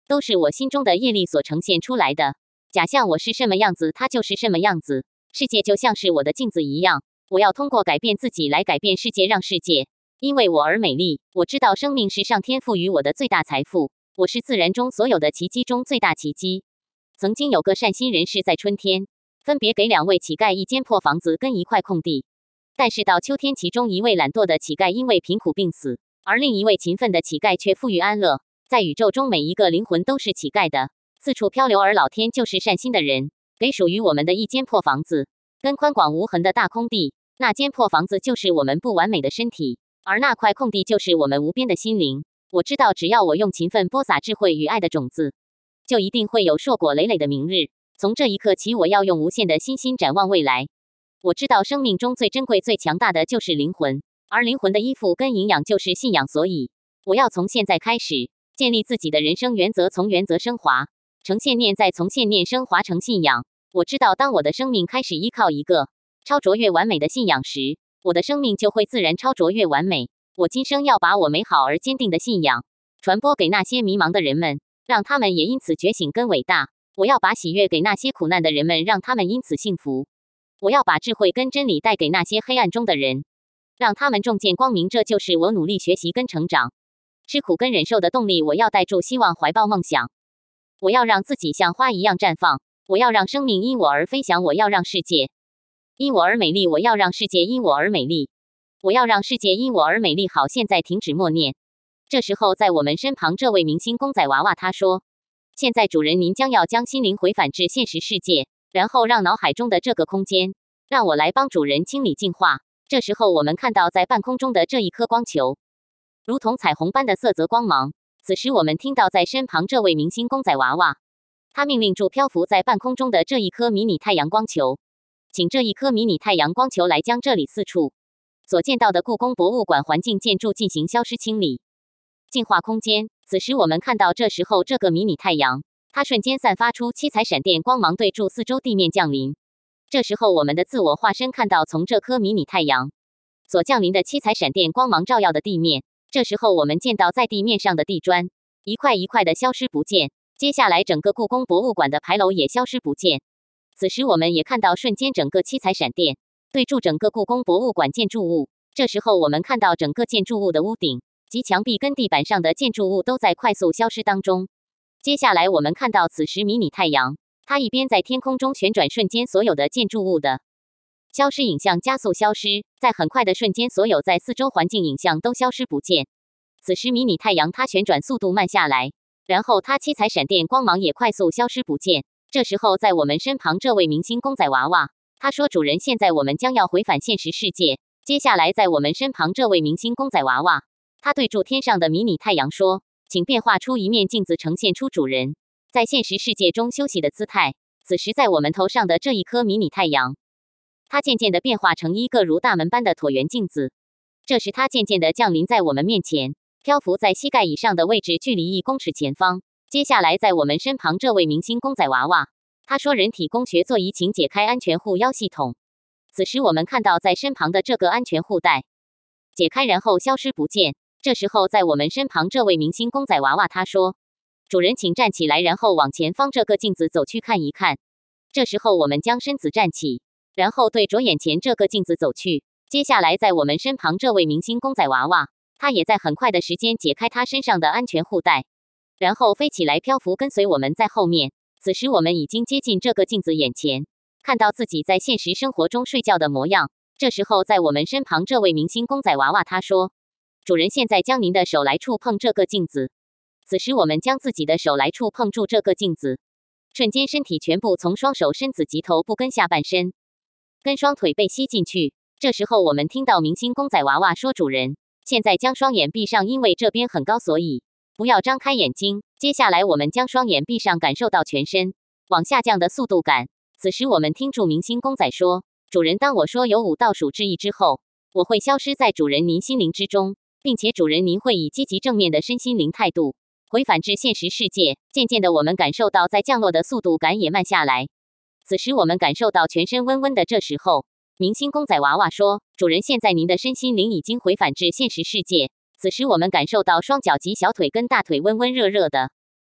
都是我心中的业力所呈现出来的。假象我是什么样子，它就是什么样子。世界就像是我的镜子一样，我要通过改变自己来改变世界，让世界因为我而美丽。我知道生命是上天赋予我的最大财富，我是自然中所有的奇迹中最大奇迹。曾经有个善心人士在春天分别给两位乞丐一间破房子跟一块空地，但是到秋天，其中一位懒惰的乞丐因为贫苦病死，而另一位勤奋的乞丐却富裕安乐。在宇宙中，每一个灵魂都是乞丐的，四处漂流，而老天就是善心的人，给属于我们的一间破房子跟宽广无痕的大空地。那间破房子就是我们不完美的身体，而那块空地就是我们无边的心灵。我知道，只要我用勤奋播撒智慧与爱的种子，就一定会有硕果累累的明日。从这一刻起，我要用无限的信心展望未来。我知道生命中最珍贵、最强大的就是灵魂，而灵魂的依附跟营养就是信仰。所以，我要从现在开始建立自己的人生原则，从原则升华成信念，再从信念升华成信仰。我知道，当我的生命开始依靠一个超卓越完美的信仰时，我的生命就会自然超卓越完美。我今生要把我美好而坚定的信仰传播给那些迷茫的人们，让他们也因此觉醒跟伟大。我要把喜悦给那些苦难的人们，让他们因此幸福。我要把智慧跟真理带给那些黑暗中的人，让他们重见光明。这就是我努力学习跟成长、吃苦跟忍受的动力。我要带住希望，怀抱梦想。我要让自己像花一样绽放。我要让生命因我而飞翔。我要让世界因我而美丽。我要让世界因我而美丽。我要让世界因我而美丽。好，现在停止默念。这时候，在我们身旁这位明星公仔娃娃他说：现在主人，您将要将心灵回返至现实世界，然后让脑海中的这个空间，让我来帮主人清理净化。这时候，我们看到在半空中的这一颗光球，如同彩虹般的色泽光芒。此时，我们听到在身旁这位明星公仔娃娃，他命令住漂浮在半空中的这一颗迷你太阳光球，请这一颗迷你太阳光球来将这里四处所见到的故宫博物馆环境建筑进行消失清理。净化空间。此时我们看到，这时候这个迷你太阳，它瞬间散发出七彩闪电光芒，对住四周地面降临。这时候我们的自我化身看到从这颗迷你太阳所降临的七彩闪电光芒照耀的地面。这时候我们见到在地面上的地砖一块一块的消失不见，接下来整个故宫博物馆的牌楼也消失不见。此时我们也看到瞬间整个七彩闪电对住整个故宫博物馆建筑物。这时候我们看到整个建筑物的屋顶及墙壁跟地板上的建筑物都在快速消失当中。接下来我们看到此时迷你太阳，它一边在天空中旋转，瞬间所有的建筑物的消失影像加速消失，在很快的瞬间，所有在四周环境影像都消失不见。此时迷你太阳它旋转速度慢下来，然后它七彩闪电光芒也快速消失不见。这时候在我们身旁这位明星公仔娃娃，他说：主人，现在我们将要回返现实世界。接下来在我们身旁这位明星公仔娃娃，他对住天上的迷你太阳说：请变化出一面镜子，呈现出主人在现实世界中休息的姿态。此时在我们头上的这一颗迷你太阳，它渐渐地变化成一个如大门般的椭圆镜子。这时它渐渐地降临在我们面前，漂浮在膝盖以上的位置，距离一公尺前方。接下来在我们身旁这位明星公仔娃娃，他说：人体工学座椅，请解开安全护腰系统。此时我们看到在身旁的这个安全护带解开，然后消失不见。这时候在我们身旁这位明星公仔娃娃他说：主人请站起来，然后往前方这个镜子走去看一看。这时候我们将身子站起，然后对着眼前这个镜子走去。接下来在我们身旁这位明星公仔娃娃，他也在很快的时间解开他身上的安全护带，然后飞起来漂浮跟随我们在后面。此时我们已经接近这个镜子眼前，看到自己在现实生活中睡觉的模样。这时候在我们身旁这位明星公仔娃娃他说：主人现在将您的手来触碰这个镜子。此时我们将自己的手来触碰住这个镜子，瞬间身体全部从双手、身子及头部跟下半身跟双腿被吸进去。这时候我们听到明星公仔娃娃说：主人现在将双眼闭上，因为这边很高，所以不要张开眼睛。接下来我们将双眼闭上，感受到全身往下降的速度感。此时我们听住明星公仔说：主人，当我说有五倒数致意之后，我会消失在主人您心灵之中，并且主人您会以积极正面的身心灵态度回返至现实世界。渐渐的我们感受到在降落的速度感也慢下来。此时我们感受到全身温温的。这时候明星公仔娃娃说：主人现在您的身心灵已经回返至现实世界。此时我们感受到双脚及小腿跟大腿温温热热的，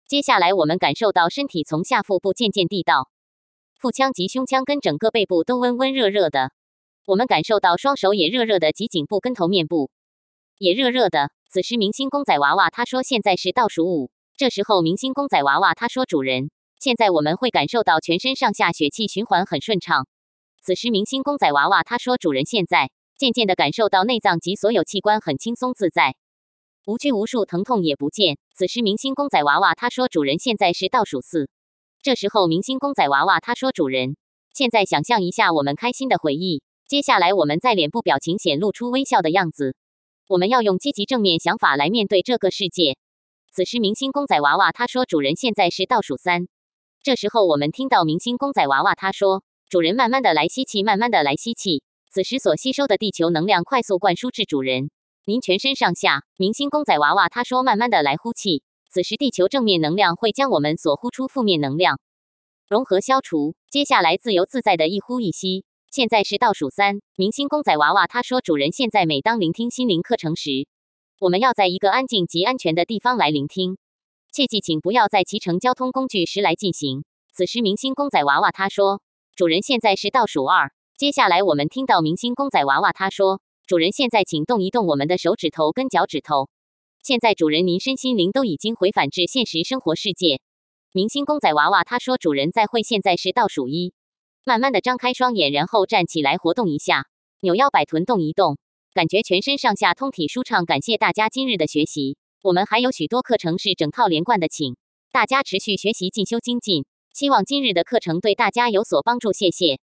接下来我们感受到身体从下腹部渐渐递到腹腔及胸腔，跟整个背部都温温热热的。我们感受到双手也热热的，及颈部跟头面部也热热的。此时明星公仔娃娃他说现在是倒数五。这时候明星公仔娃娃他说主人，现在我们会感受到全身上下血气循环很顺畅。此时明星公仔娃娃他说主人现在渐渐的感受到内脏及所有器官很轻松自在，无拘无束，疼痛也不见。此时明星公仔娃娃他说主人现在是倒数四。这时候明星公仔娃娃他说主人，现在想象一下我们开心的回忆，接下来我们在脸部表情显露出微笑的样子。我们要用积极正面想法来面对这个世界。此时明星公仔娃娃他说主人现在是倒数三。这时候我们听到明星公仔娃娃他说主人慢慢的来吸气，慢慢的来吸气。此时所吸收的地球能量快速灌输至主人您全身上下。明星公仔娃娃他说慢慢的来呼气，此时地球正面能量会将我们所呼出负面能量融合消除。接下来自由自在的一呼一吸。现在是倒数三。明星公仔娃娃他说主人现在每当聆听心灵课程时，我们要在一个安静及安全的地方来聆听，切记请不要在骑乘交通工具时来进行。此时明星公仔娃娃他说主人现在是倒数二。接下来我们听到明星公仔娃娃他说主人现在请动一动我们的手指头跟脚趾头，现在主人您身心灵都已经回返至现实生活世界。明星公仔娃娃他说主人再会，现在是倒数一。慢慢的张开双眼，然后站起来活动一下，扭腰摆臀动一动，感觉全身上下通体舒畅。感谢大家今日的学习，我们还有许多课程是整套连贯的，请大家持续学习进修精进，希望今日的课程对大家有所帮助，谢谢。